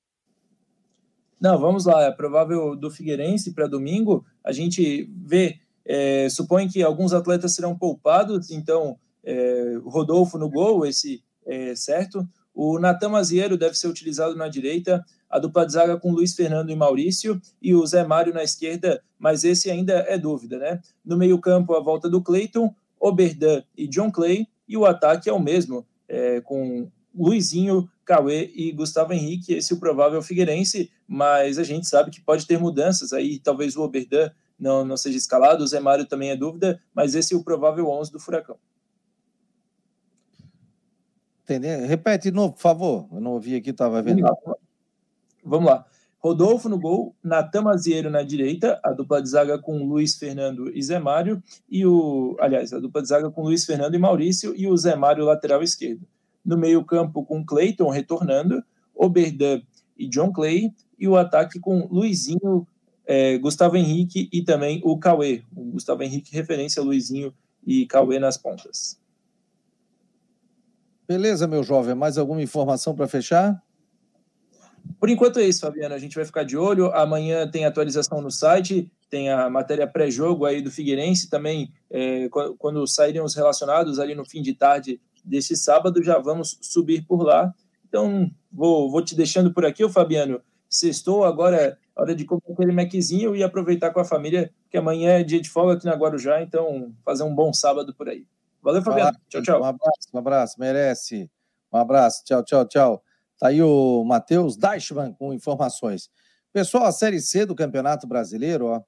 Não, vamos lá. É provável do Figueirense para domingo. A gente vê, supõe que alguns atletas serão poupados, então Rodolfo no gol, esse certo. O Natan Mazieiro deve ser utilizado na direita, a dupla de zaga com Luiz Fernando e Maurício, e o Zé Mário na esquerda, mas esse ainda é dúvida, né? No meio-campo, a volta do Cleiton, Oberdan e John Clay, e o ataque é o mesmo, com Luizinho, Cauê e Gustavo Henrique, esse é o provável Figueirense, mas a gente sabe que pode ter mudanças aí, talvez o Oberdan não seja escalado, o Zé Mário também é dúvida, mas esse é o provável 11 do Furacão. Entendeu? Repete de novo, por favor. Eu não ouvi aqui, estava vendo. Vamos lá. Rodolfo no gol, Natan Mazieiro na direita, a dupla de zaga com Luiz Fernando e Zé Mário, a dupla de zaga com Luiz Fernando e Maurício, e o Zé Mário lateral esquerdo. No meio-campo com Cleiton retornando, Oberdan e John Clay, e o ataque com Luizinho, Gustavo Henrique e também o Cauê. O Gustavo Henrique, referência a Luizinho e Cauê nas pontas. Beleza, meu jovem. Mais alguma informação para fechar? Por enquanto é isso, Fabiano. A gente vai ficar de olho. Amanhã tem atualização no site, tem a matéria pré-jogo aí do Figueirense. Também, quando saírem os relacionados ali no fim de tarde deste sábado, já vamos subir por lá. Então, vou te deixando por aqui, Fabiano. Sextou, agora é hora de comer aquele Maczinho e aproveitar com a família, que amanhã é dia de folga aqui na Guarujá, então fazer um bom sábado por aí. Valeu, Fabiano. Tchau, tchau. Um abraço, merece. Um abraço, tchau. Tá aí o Matheus Deichmann com informações. Pessoal, a Série C do Campeonato Brasileiro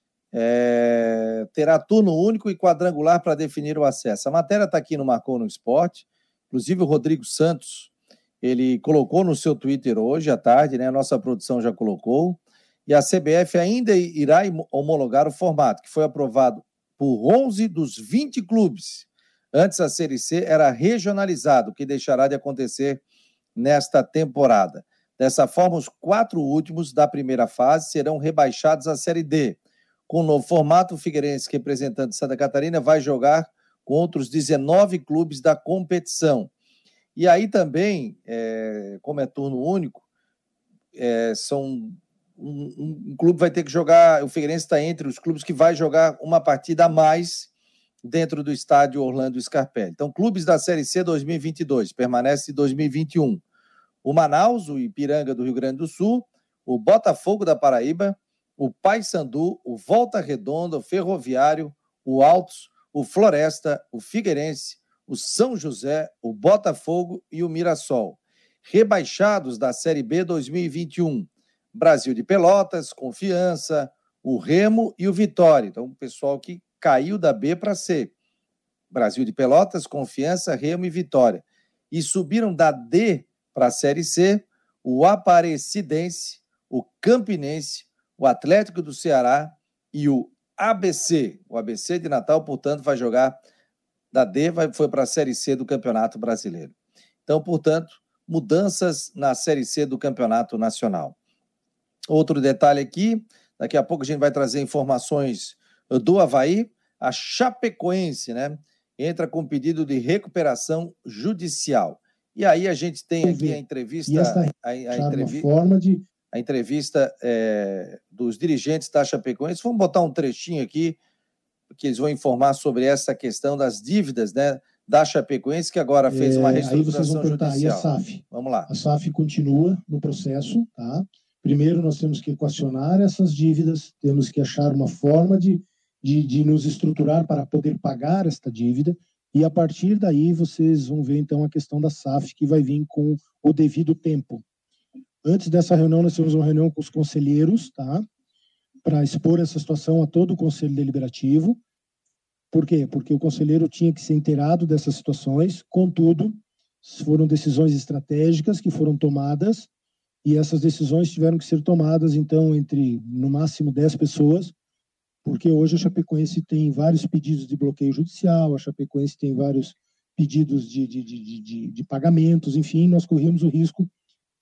terá turno único e quadrangular para definir o acesso. A matéria está aqui no Marcou no Esporte. Inclusive o Rodrigo Santos, ele colocou no seu Twitter hoje à tarde, né? A nossa produção já colocou. E a CBF ainda irá homologar o formato, que foi aprovado por 11 dos 20 clubes. Antes a Série C era regionalizado, o que deixará de acontecer nesta temporada. Dessa forma, os 4 últimos da primeira fase serão rebaixados à Série D. Com o novo formato, o Figueirense, representante de Santa Catarina, vai jogar contra os 19 clubes da competição. E aí também, como é turno único, um clube vai ter que jogar, o Figueirense está entre os clubes que vai jogar uma partida a mais dentro do estádio Orlando Scarpelli. Então, clubes da Série C 2022, permanece 2021. O Manaus, o Ipiranga do Rio Grande do Sul, o Botafogo da Paraíba, o Paysandu, o Volta Redonda, o Ferroviário, o Altos, o Floresta, o Figueirense, o São José, o Botafogo e o Mirassol. Rebaixados da Série B 2021, Brasil de Pelotas, Confiança, o Remo e o Vitória. Então, o pessoal que caiu da B para C. Brasil de Pelotas, Confiança, Remo e Vitória. E subiram da D para a Série C o Aparecidense, o Campinense, o Atlético do Ceará e o ABC. O ABC de Natal, portanto, vai jogar da D, foi para a Série C do Campeonato Brasileiro. Então, portanto, mudanças na Série C do Campeonato Nacional. Outro detalhe aqui, daqui a pouco a gente vai trazer informações do Avaí. A Chapecoense, né, entra com pedido de recuperação judicial. E aí a gente tem aqui a entrevista, a entrevista dos dirigentes da Chapecoense. Vamos botar um trechinho aqui, que eles vão informar sobre essa questão das dívidas, né, da Chapecoense, que agora fez uma reestruturação judicial. E a SAF? Vamos lá. A SAF continua no processo, tá? Primeiro nós temos que equacionar essas dívidas, temos que achar uma forma de nos estruturar para poder pagar esta dívida, e a partir daí vocês vão ver então a questão da SAF, que vai vir com o devido tempo. Antes dessa reunião, nós tivemos uma reunião com os conselheiros, tá? Para expor essa situação a todo o Conselho Deliberativo. Por quê? Porque o conselheiro tinha que ser inteirado dessas situações, contudo, foram decisões estratégicas que foram tomadas, e essas decisões tiveram que ser tomadas, então, entre, no máximo, 10 pessoas, porque hoje a Chapecoense tem vários pedidos de bloqueio judicial, a Chapecoense tem vários pedidos de pagamentos, enfim, nós corríamos o risco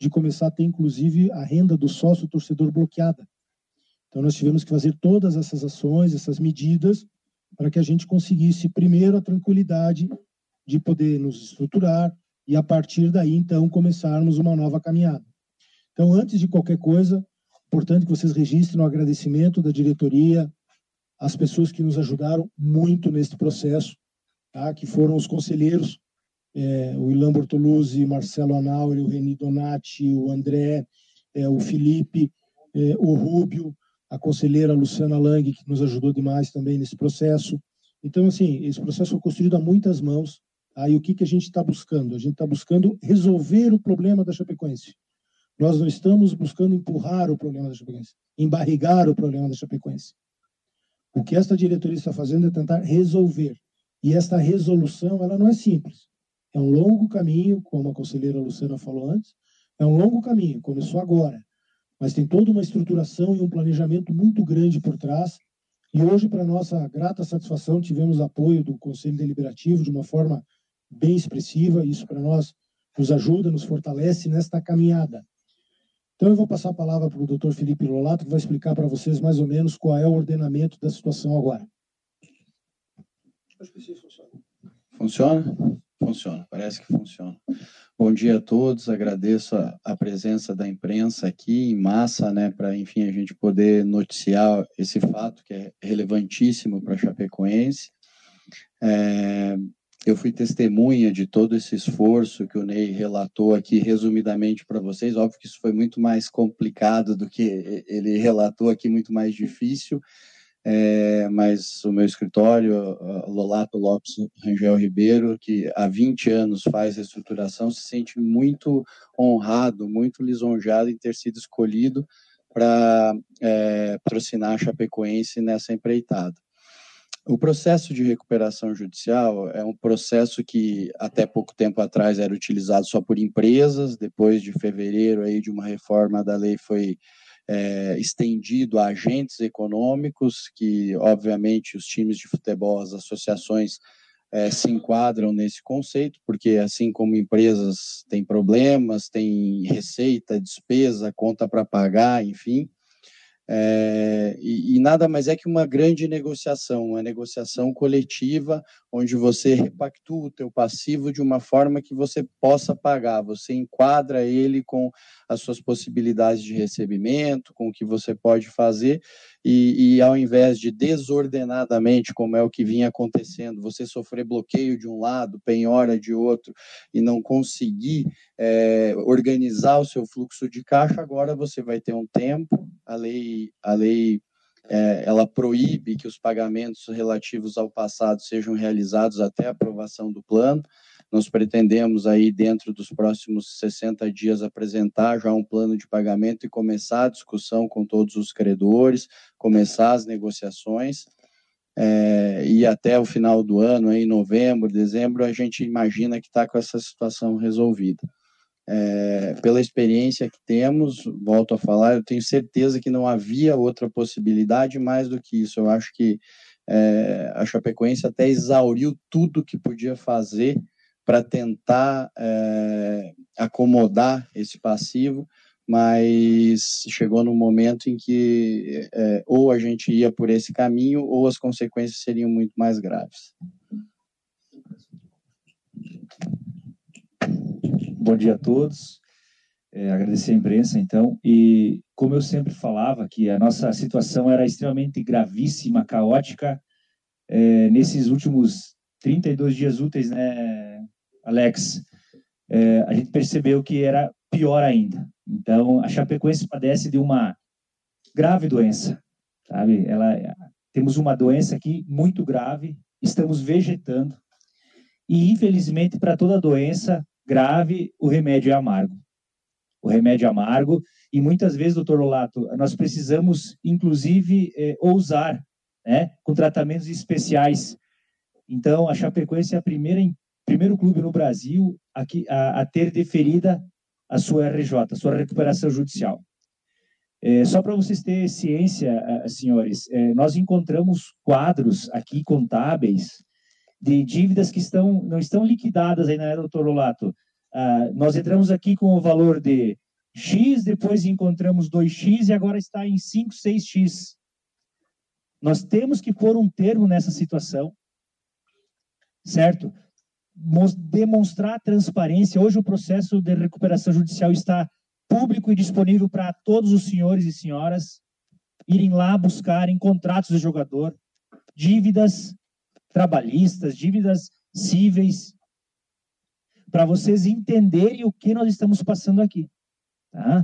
de começar a ter, inclusive, a renda do sócio-torcedor bloqueada. Então, nós tivemos que fazer todas essas ações, essas medidas, para que a gente conseguisse, primeiro, a tranquilidade de poder nos estruturar e, a partir daí, então, começarmos uma nova caminhada. Então, antes de qualquer coisa, importante que vocês registrem o agradecimento da diretoria, as pessoas que nos ajudaram muito nesse processo, tá? Que foram os conselheiros, o Ilan Bortoluzzi, Marcelo Anauri, o Reni Donati, o André, o Felipe, o Rúbio, a conselheira Luciana Lang, que nos ajudou demais também nesse processo. Então, assim, esse processo foi construído a muitas mãos. Tá? E o que a gente está buscando? A gente está buscando resolver o problema da Chapecoense. Nós não estamos buscando empurrar o problema da Chapecoense, embarrigar o problema da Chapecoense. O que esta diretoria está fazendo é tentar resolver. E esta resolução, ela não é simples. É um longo caminho, como a conselheira Luciana falou antes, é um longo caminho, começou agora. Mas tem toda uma estruturação e um planejamento muito grande por trás. E hoje, para nossa grata satisfação, tivemos apoio do Conselho Deliberativo de uma forma bem expressiva. Isso, para nós, nos ajuda, nos fortalece nesta caminhada. Então, eu vou passar a palavra para o Dr. Felipe Lolato, que vai explicar para vocês mais ou menos qual é o ordenamento da situação agora. Acho que sim, funciona. Funciona? Funciona, parece que funciona. Bom dia a todos, agradeço a presença da imprensa aqui em massa, né, para, enfim, a gente poder noticiar esse fato que é relevantíssimo para a Chapecoense. Eu fui testemunha de todo esse esforço que o Ney relatou aqui resumidamente para vocês. Óbvio que isso foi muito mais complicado do que ele relatou aqui, muito mais difícil. Mas o meu escritório, Lolato Lopes Rangel Ribeiro, que há 20 anos faz reestruturação, se sente muito honrado, muito lisonjeado em ter sido escolhido para patrocinar a Chapecoense nessa empreitada. O processo de recuperação judicial é um processo que até pouco tempo atrás era utilizado só por empresas. Depois de fevereiro aí de uma reforma da lei foi estendido a agentes econômicos, que obviamente os times de futebol, as associações se enquadram nesse conceito, porque assim como empresas têm problemas, têm receita, despesa, conta para pagar, enfim, e nada mais é que uma grande negociação, uma negociação coletiva, onde você repactua o teu passivo de uma forma que você possa pagar, você enquadra ele com as suas possibilidades de recebimento, com o que você pode fazer, e ao invés de desordenadamente, como é o que vinha acontecendo, você sofrer bloqueio de um lado, penhora de outro, e não conseguir organizar o seu fluxo de caixa, agora você vai ter um tempo. A lei ela proíbe que os pagamentos relativos ao passado sejam realizados até a aprovação do plano. Nós pretendemos aí, dentro dos próximos 60 dias, apresentar já um plano de pagamento e começar a discussão com todos os credores, começar as negociações, e até o final do ano, em novembro, dezembro, a gente imagina que está com essa situação resolvida. Pela experiência que temos, volto a falar, eu tenho certeza que não havia outra possibilidade. Mais do que isso, eu acho que a Chapecoense até exauriu tudo que podia fazer para tentar acomodar esse passivo, mas chegou no momento em que ou a gente ia por esse caminho ou as consequências seriam muito mais graves. Bom dia a todos, agradecer a imprensa, então, e como eu sempre falava, que a nossa situação era extremamente gravíssima, caótica, nesses últimos 32 dias úteis, né, Alex, a gente percebeu que era pior ainda. Então, a Chapecoense padece de uma grave doença, sabe? Temos uma doença aqui muito grave, estamos vegetando, e infelizmente, para toda doença grave, o remédio é amargo. O remédio é amargo, e muitas vezes, doutor Lolato, nós precisamos, inclusive, ousar, né, com tratamentos especiais. Então, a Chapecoense é primeiro clube no Brasil a ter deferida a sua RJ, a sua recuperação judicial. Só para vocês terem ciência, senhores, nós encontramos quadros aqui contábeis de dívidas que não estão liquidadas ainda, né, doutor Lolato? Nós entramos aqui com o valor de X, depois encontramos 2x e agora está em 5, 6x. Nós temos que pôr um termo nessa situação, certo? Demonstrar transparência. Hoje o processo de recuperação judicial está público e disponível para todos os senhores e senhoras irem lá buscarem contratos de jogador, dívidas trabalhistas, dívidas cíveis, para vocês entenderem o que nós estamos passando aqui. Tá?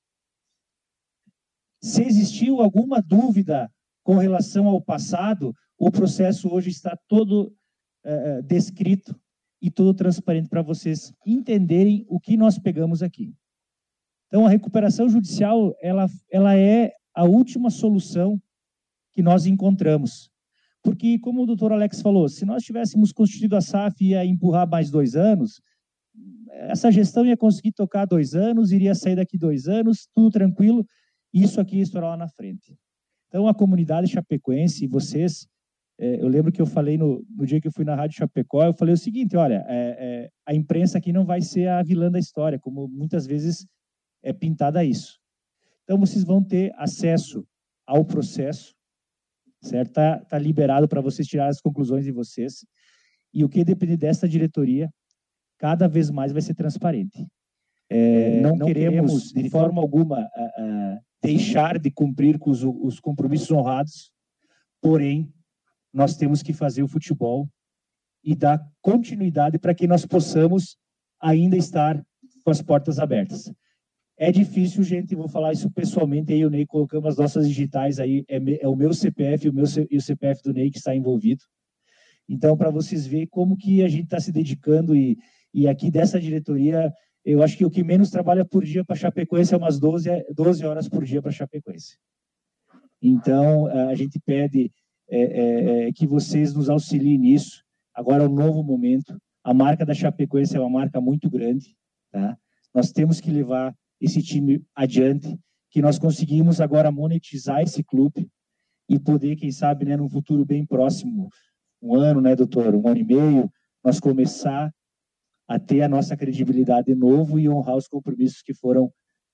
Se existiu alguma dúvida com relação ao passado, o processo hoje está todo descrito e todo transparente para vocês entenderem o que nós pegamos aqui. Então, a recuperação judicial, ela é a última solução que nós encontramos. Porque, como o doutor Alex falou, se nós tivéssemos constituído a SAF e ia empurrar mais 2 anos, essa gestão ia conseguir tocar 2 anos, iria sair daqui 2 anos, tudo tranquilo, isso aqui ia estourar lá na frente. Então, a comunidade chapecoense e vocês, eu lembro que eu falei no dia que eu fui na Rádio Chapecó, eu falei o seguinte, olha, a imprensa aqui não vai ser a vilã da história, como muitas vezes é pintada isso. Então, vocês vão ter acesso ao processo, certo? Tá liberado para vocês tirar as conclusões de vocês. E o que depender dessa diretoria, cada vez mais vai ser transparente. Não queremos, de forma alguma, deixar de cumprir com os compromissos honrados, porém, nós temos que fazer o futebol e dar continuidade para que nós possamos ainda estar com as portas abertas. É difícil, gente, vou falar isso pessoalmente, aí o Ney colocamos as nossas digitais aí, é o meu CPF e o CPF do Ney que está envolvido. Então, para vocês verem como que a gente está se dedicando e aqui dessa diretoria, eu acho que o que menos trabalha por dia para Chapecoense é umas 12 horas por dia para Chapecoense. Então, a gente pede que vocês nos auxiliem nisso. Agora é um novo momento. A marca da Chapecoense é uma marca muito grande, tá? Nós temos que levar esse time adiante, que nós conseguimos agora monetizar esse clube e poder, quem sabe, né, num futuro bem próximo, 1 ano, né, doutor, 1 ano e meio, nós começar a ter a nossa credibilidade de novo e honrar os compromissos que foram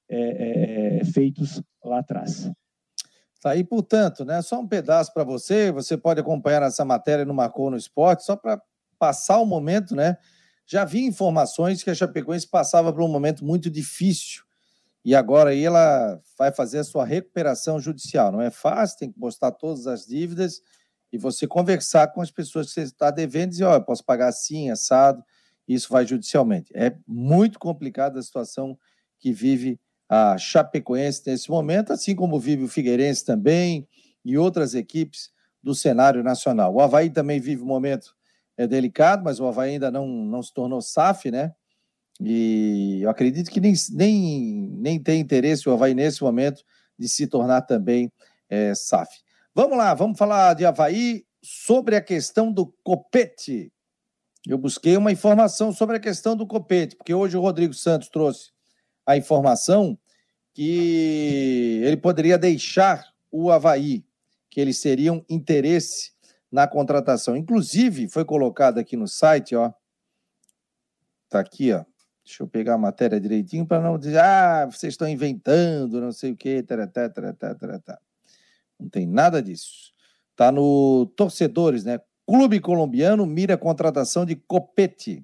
feitos lá atrás. Tá aí, portanto, né, só um pedaço para você pode acompanhar essa matéria no Marcou no Esporte, só para passar o momento, né? Já vi informações que a Chapecoense passava por um momento muito difícil e agora aí ela vai fazer a sua recuperação judicial. Não é fácil, tem que postar todas as dívidas e você conversar com as pessoas que você está devendo e dizer, eu posso pagar assim, assado, isso vai judicialmente. É muito complicada a situação que vive a Chapecoense nesse momento, assim como vive o Figueirense também e outras equipes do cenário nacional. O Avaí também vive um momento delicado, mas o Avaí ainda não se tornou SAF, né? E eu acredito que nem tem interesse o Avaí nesse momento de se tornar também SAF. Vamos lá, vamos falar de Avaí sobre a questão do Copete. Eu busquei uma informação sobre a questão do Copete, porque hoje o Rodrigo Santos trouxe a informação que ele poderia deixar o Avaí, que eles teriam interesse na contratação. Inclusive, foi colocado aqui no site, ó. Tá aqui, ó. Deixa eu pegar a matéria direitinho para não dizer, vocês estão inventando, não sei o quê, taratá. Não tem nada disso. Tá no Torcedores, né? Clube colombiano mira a contratação de Copete.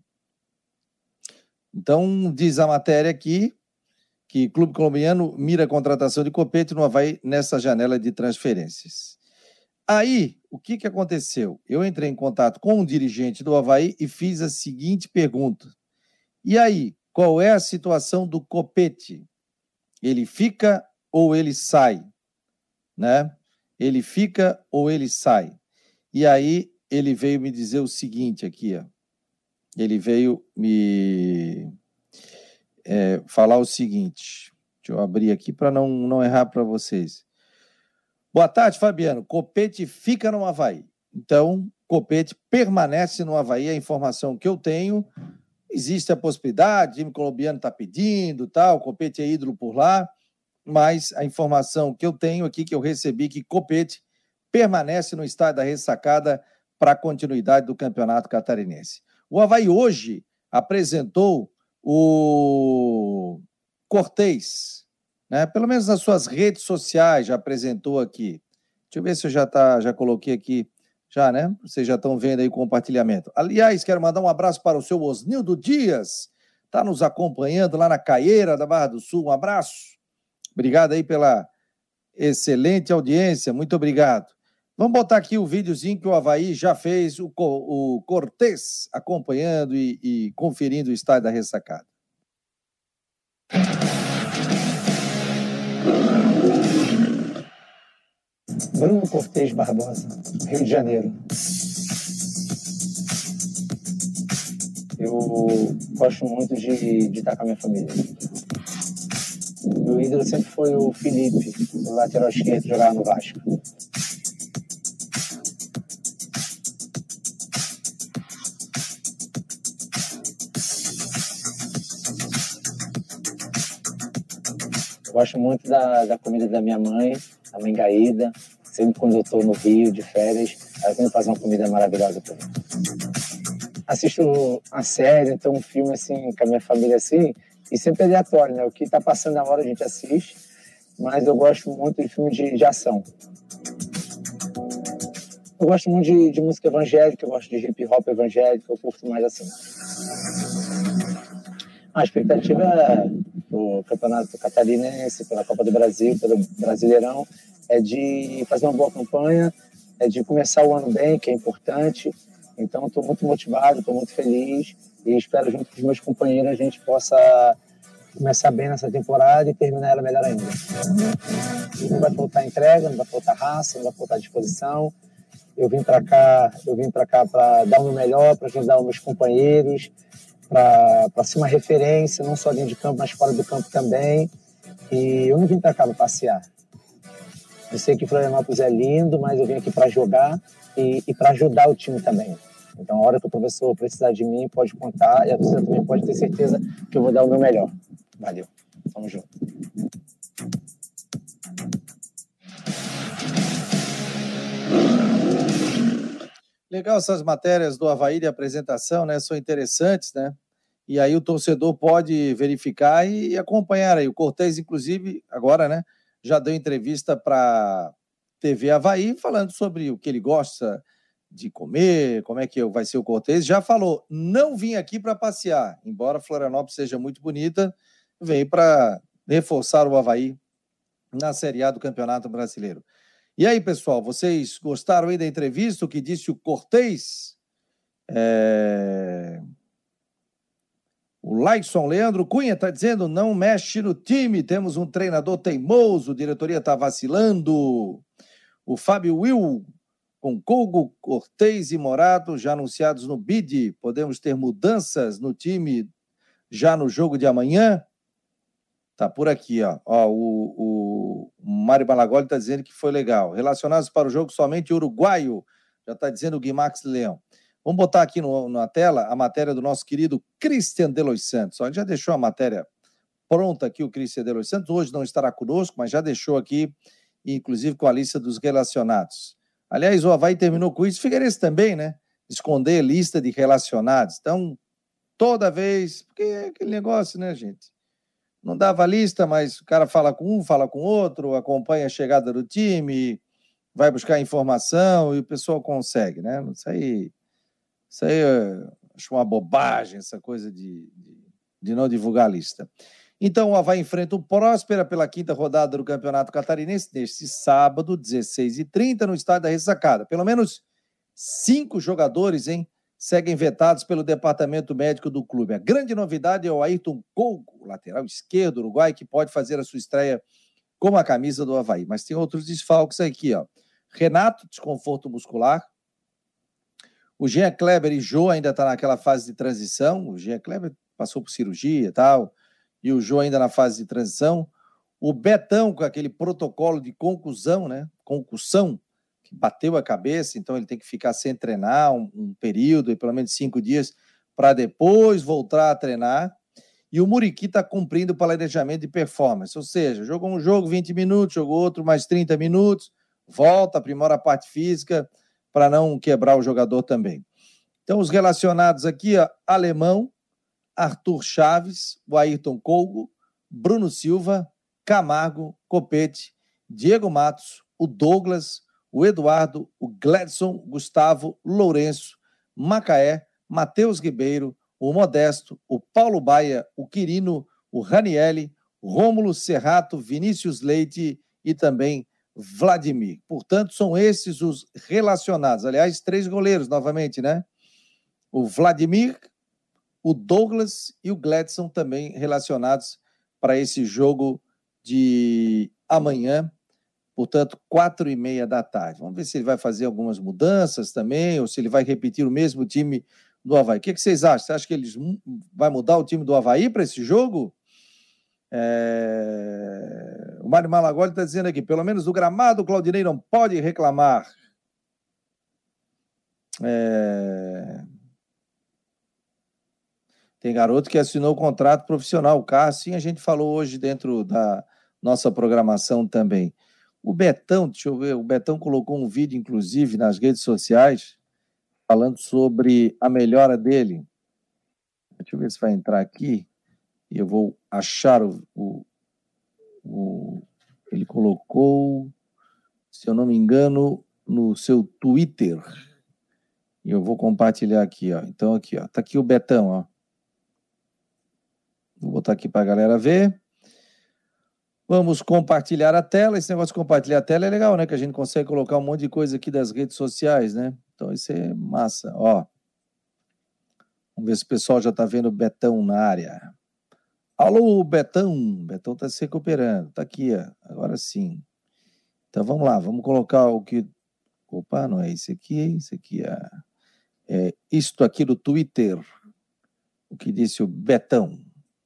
Então, diz a matéria aqui que Clube colombiano mira a contratação de Copete no Avaí nessa janela de transferências. Aí, o que aconteceu? Eu entrei em contato com um dirigente do Avaí e fiz a seguinte pergunta. E aí, qual é a situação do Copete? Ele fica ou ele sai? Né? Ele fica ou ele sai? E aí, ele veio me dizer o seguinte aqui, ó. Ele veio me falar o seguinte. Deixa eu abrir aqui para não errar para vocês. Boa tarde, Fabiano. Copete fica no Avaí. Então, Copete permanece no Avaí. A informação que eu tenho, existe a possibilidade, o time colombiano está pedindo, tal, Copete é ídolo por lá, mas a informação que eu tenho aqui, que eu recebi, que Copete permanece no estádio da Ressacada para a continuidade do Campeonato Catarinense. O Avaí hoje apresentou Cortez, né? Pelo menos nas suas redes sociais já apresentou aqui. Deixa eu ver se eu já coloquei aqui, já, né? Vocês já estão vendo aí o compartilhamento. Aliás, quero mandar um abraço para o seu Osnildo Dias, está nos acompanhando lá na Caieira da Barra do Sul. Um abraço. Obrigado aí pela excelente audiência, muito obrigado. Vamos botar aqui o videozinho que o Avaí já fez, o Cortez acompanhando e conferindo o estádio da ressacada. Bruno Cortez Barbosa, Rio de Janeiro. Eu gosto muito de estar com a minha família. Meu ídolo sempre foi o Felipe, o lateral esquerdo, que jogava no Vasco. Eu gosto muito da comida da minha mãe, a mãe Gaída. Sempre quando eu estou no Rio, de férias, ela sempre faz uma comida maravilhosa para mim. Assisto a série, então um filme assim, com a minha família assim, e sempre é aleatório, né? O que está passando na hora a gente assiste, mas eu gosto muito de filme de ação. Eu gosto muito de música evangélica, eu gosto de hip hop evangélico, eu curto mais assim. A expectativa do Campeonato Catarinense, pela Copa do Brasil, pelo Brasileirão, é de fazer uma boa campanha, é de começar o ano bem, que é importante. Então, estou muito motivado, estou muito feliz e espero, junto com os meus companheiros, a gente possa começar bem nessa temporada e terminar ela melhor ainda. Não vai faltar entrega, não vai faltar raça, não vai faltar disposição. Eu vim para cá para dar o meu melhor, para ajudar os meus companheiros, para ser uma referência, não só dentro de campo, mas fora do campo também. E eu não vim para cá para passear. Eu sei que Florianópolis é lindo, mas eu vim aqui para jogar e para ajudar o time também. Então, a hora que o professor precisar de mim, pode contar, e a torcida também pode ter certeza que eu vou dar o meu melhor. Valeu. Tamo junto. Legal essas matérias do Avaí de apresentação, né? São interessantes, né? E aí o torcedor pode verificar e acompanhar aí. O Cortez, inclusive, agora, né? Já deu entrevista para TV Avaí, falando sobre o que ele gosta de comer, como é que vai ser o Cortez. Já falou, não vim aqui para passear, embora Florianópolis seja muito bonita, veio para reforçar o Avaí na Série A do Campeonato Brasileiro. E aí, pessoal, vocês gostaram aí da entrevista, o que disse o Cortez? O Laison Leandro Cunha está dizendo, não mexe no time, temos um treinador teimoso, a diretoria está vacilando. O Fábio Will, com Colgo, Cortez e Morato já anunciados no BID, podemos ter mudanças no time já no jogo de amanhã? Tá por aqui, ó. O Mário Malagoli está dizendo que foi legal. Relacionados para o jogo somente uruguaio, já está dizendo o Guimax Leão. Vamos botar aqui na tela a matéria do nosso querido Christian de Los Santos. Ele já deixou a matéria pronta aqui, o Christian de Los Santos. Hoje não estará conosco, mas já deixou aqui, inclusive com a lista dos relacionados. Aliás, o Avaí terminou com isso. Figueirense também, né? Esconder lista de relacionados. Então, toda vez... Porque é aquele negócio, né, gente? Não dava lista, mas o cara fala com um, fala com outro, acompanha a chegada do time, vai buscar informação e o pessoal consegue, né? Isso aí eu acho uma bobagem, essa coisa de não divulgar a lista. Então, o Avaí enfrenta o Próspera pela 5ª rodada do Campeonato Catarinense, neste sábado, 16h30, no estádio da Ressacada. Pelo menos 5 jogadores, seguem vetados pelo departamento médico do clube. A grande novidade é o Ayrton Colgo, lateral esquerdo uruguai, que pode fazer a sua estreia com a camisa do Avaí. Mas tem outros desfalques aqui, ó. Renato, desconforto muscular. O Jean Kleber e Jô ainda está naquela fase de transição. O Jean Kleber passou por cirurgia e tal, e o Jô ainda na fase de transição. O Betão com aquele protocolo de concussão, né? Concussão, que bateu a cabeça, então ele tem que ficar sem treinar um período, pelo menos 5 dias, para depois voltar a treinar. E o Muriqui está cumprindo o planejamento de performance, ou seja, jogou um jogo 20 minutos, jogou outro mais 30 minutos, volta, aprimora a parte física, para não quebrar o jogador também. Então, os relacionados aqui, ó, Alemão, Arthur Chaves, o Ayrton Colgo, Bruno Silva, Camargo, Copete, Diego Matos, o Douglas, o Eduardo, o Gladson, Gustavo, Lourenço, Macaé, Matheus Ribeiro, o Modesto, o Paulo Baia, o Quirino, o Ranielli, Rômulo Serrato, Vinícius Leite e também Vladimir. Portanto, são esses os relacionados. Aliás, 3 goleiros novamente, né? O Vladimir, o Douglas e o Gladson também relacionados para esse jogo de amanhã. Portanto, 4h30 da tarde. Vamos ver se ele vai fazer algumas mudanças também, ou se ele vai repetir o mesmo time do Avaí. O que vocês acham? Você acha que eles vai mudar o time do Avaí para esse jogo? O Mário Malagoli está dizendo aqui, pelo menos do gramado, o Claudinei não pode reclamar. Tem garoto que assinou o contrato profissional. O Carlos, sim, a gente falou hoje dentro da nossa programação também. O Betão, deixa eu ver, o Betão colocou um vídeo, inclusive, nas redes sociais, falando sobre a melhora dele. Deixa eu ver se vai entrar aqui. E eu vou achar ele colocou, se eu não me engano, no seu Twitter. E eu vou compartilhar aqui, ó. Então, aqui, ó. Tá aqui o Betão, ó. Vou botar aqui para a galera ver. Vamos compartilhar a tela. Esse negócio de compartilhar a tela é legal, né? Que a gente consegue colocar um monte de coisa aqui das redes sociais, né? Então, isso é massa. Ó. Vamos ver se o pessoal já está vendo o Betão na área. Alô, Betão. Betão está se recuperando. Está aqui, ó. Agora sim. Então, vamos lá. Vamos colocar o que... Opa, não é esse aqui. Esse aqui é isto aqui do Twitter. O que disse o Betão.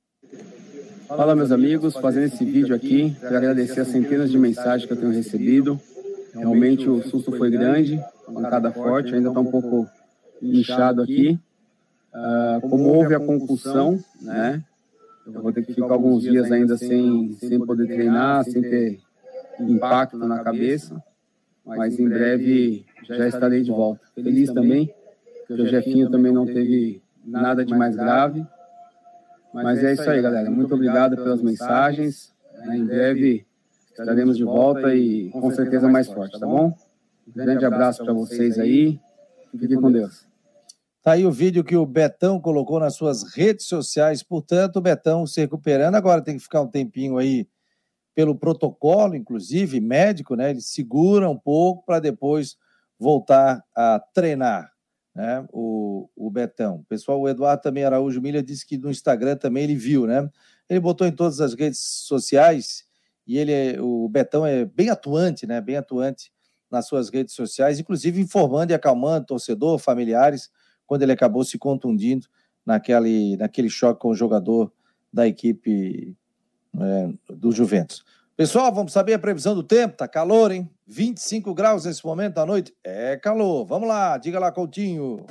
Fala, meus amigos, fazendo esse vídeo aqui para agradecer as centenas de mensagens que eu tenho recebido. Realmente o susto foi grande, a pancada forte, ainda está um pouco inchado aqui. Como houve a concussão, né? Eu vou ter que ficar alguns dias ainda sem poder treinar, sem ter impacto na cabeça, mas em breve já estarei de volta. Feliz também, que o Jefinho também não teve nada de mais grave. Mas é isso aí, galera. Muito obrigado pelas mensagens. Em breve estaremos de volta e com certeza mais forte, tá bom? Um grande abraço para vocês aí. Fiquem com Deus. Tá aí o vídeo que o Betão colocou nas suas redes sociais. Portanto, o Betão se recuperando. Agora tem que ficar um tempinho aí pelo protocolo, inclusive médico, né? Ele segura um pouco para depois voltar a treinar. Né, o Betão. Pessoal, o Eduardo também Araújo Milha disse que no Instagram também ele viu, né? Ele botou em todas as redes sociais e o Betão é bem atuante, né? Bem atuante nas suas redes sociais, inclusive informando e acalmando torcedor, familiares, quando ele acabou se contundindo naquele choque com o jogador da equipe do Juventus. Pessoal, vamos saber a previsão do tempo. Tá calor, hein? 25 graus nesse momento da noite. É calor. Vamos lá, diga lá, Coutinho.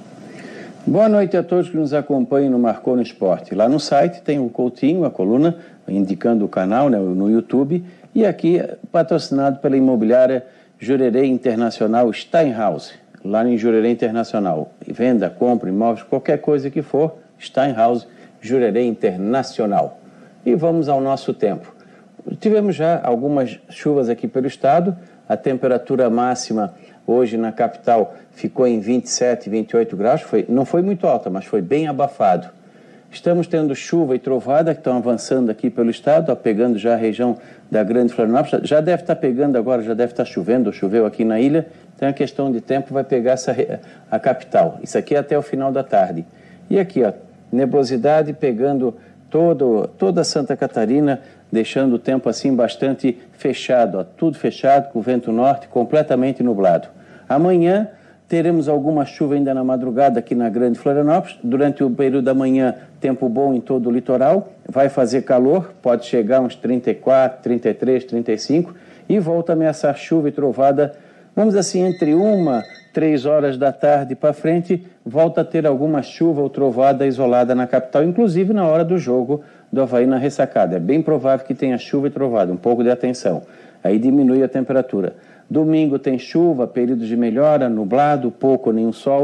Boa noite a todos que nos acompanham no Marcou no Esporte. Lá no site tem o Coutinho, a coluna, indicando o canal, né, no YouTube. E aqui, patrocinado pela imobiliária Jurerê Internacional Steinhaus. Lá em Jurerê Internacional. Venda, compra, imóveis, qualquer coisa que for, Steinhaus, Jurerê Internacional. E vamos ao nosso tempo. Tivemos já algumas chuvas aqui pelo estado, a temperatura máxima hoje na capital ficou em 27, 28 graus, não foi muito alta, mas foi bem abafado. Estamos tendo chuva e trovada que estão avançando aqui pelo estado, pegando já a região da Grande Florianópolis, já deve estar pegando agora, já deve estar chovendo, ou choveu aqui na ilha, então é questão de tempo, vai pegar a capital. Isso aqui é até o final da tarde. E aqui, ó, nebulosidade pegando toda Santa Catarina, deixando o tempo assim bastante fechado, ó, tudo fechado, com o vento norte completamente nublado. Amanhã teremos alguma chuva ainda na madrugada aqui na Grande Florianópolis. Durante o período da manhã, tempo bom em todo o litoral, vai fazer calor, pode chegar uns 34, 33, 35 e volta a ameaçar chuva e trovada, vamos assim, entre 3 horas da tarde para frente, volta a ter alguma chuva ou trovada isolada na capital, inclusive na hora do jogo do Avaí na ressacada. É bem provável que tenha chuva e trovada, um pouco de atenção. Aí diminui a temperatura. Domingo tem chuva, períodos de melhora, nublado, pouco ou nenhum sol.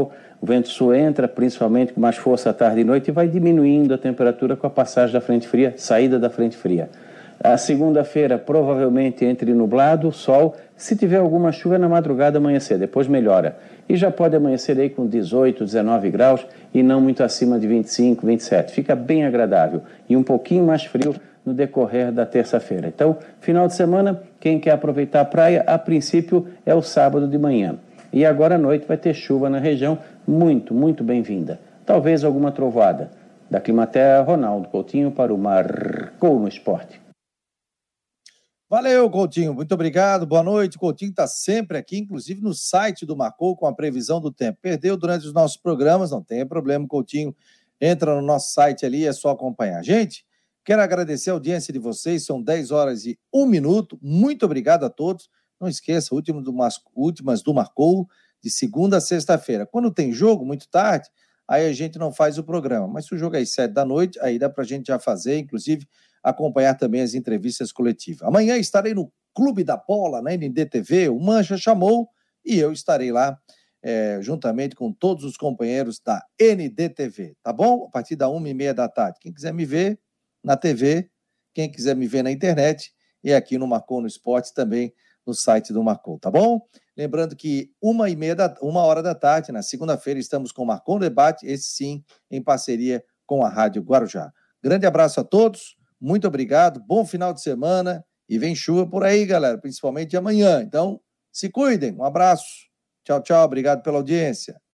O vento sul entra, principalmente com mais força à tarde e noite, e vai diminuindo a temperatura com a passagem da frente fria, saída da frente fria. A segunda-feira, provavelmente entre nublado, sol, se tiver alguma chuva na madrugada, amanhecer, depois melhora. E já pode amanhecer aí com 18, 19 graus e não muito acima de 25, 27. Fica bem agradável e um pouquinho mais frio no decorrer da terça-feira. Então, final de semana, quem quer aproveitar a praia, a princípio é o sábado de manhã. E agora à noite vai ter chuva na região, muito bem-vinda. Talvez alguma trovoada. Da Climaterra, Ronaldo Coutinho para o Marcou no Esporte. Valeu, Coutinho. Muito obrigado. Boa noite. O Coutinho está sempre aqui, inclusive no site do Marcou, com a previsão do tempo. Perdeu durante os nossos programas, não tem problema, Coutinho. Entra no nosso site ali, é só acompanhar. Gente, quero agradecer a audiência de vocês. São 10 horas e 1 minuto. Muito obrigado a todos. Não esqueça, últimas do Marcou, de segunda a sexta-feira. Quando tem jogo, muito tarde, aí a gente não faz o programa. Mas se o jogo é às 7 da noite, aí dá para a gente já fazer, inclusive acompanhar também as entrevistas coletivas. Amanhã estarei no Clube da Bola, na NDTV, o Mancha chamou, e eu estarei lá, juntamente com todos os companheiros da NDTV, tá bom? A partir da 1h30 da tarde. Quem quiser me ver na TV, quem quiser me ver na internet, e aqui no Marcou no Esporte também, no site do Marcou, tá bom? Lembrando que 1h30 da tarde, na segunda-feira, estamos com o Marcou no Debate, esse sim, em parceria com a Rádio Guarujá. Grande abraço a todos, muito obrigado, bom final de semana, e vem chuva por aí, galera, principalmente amanhã. Então, se cuidem, um abraço, tchau, obrigado pela audiência.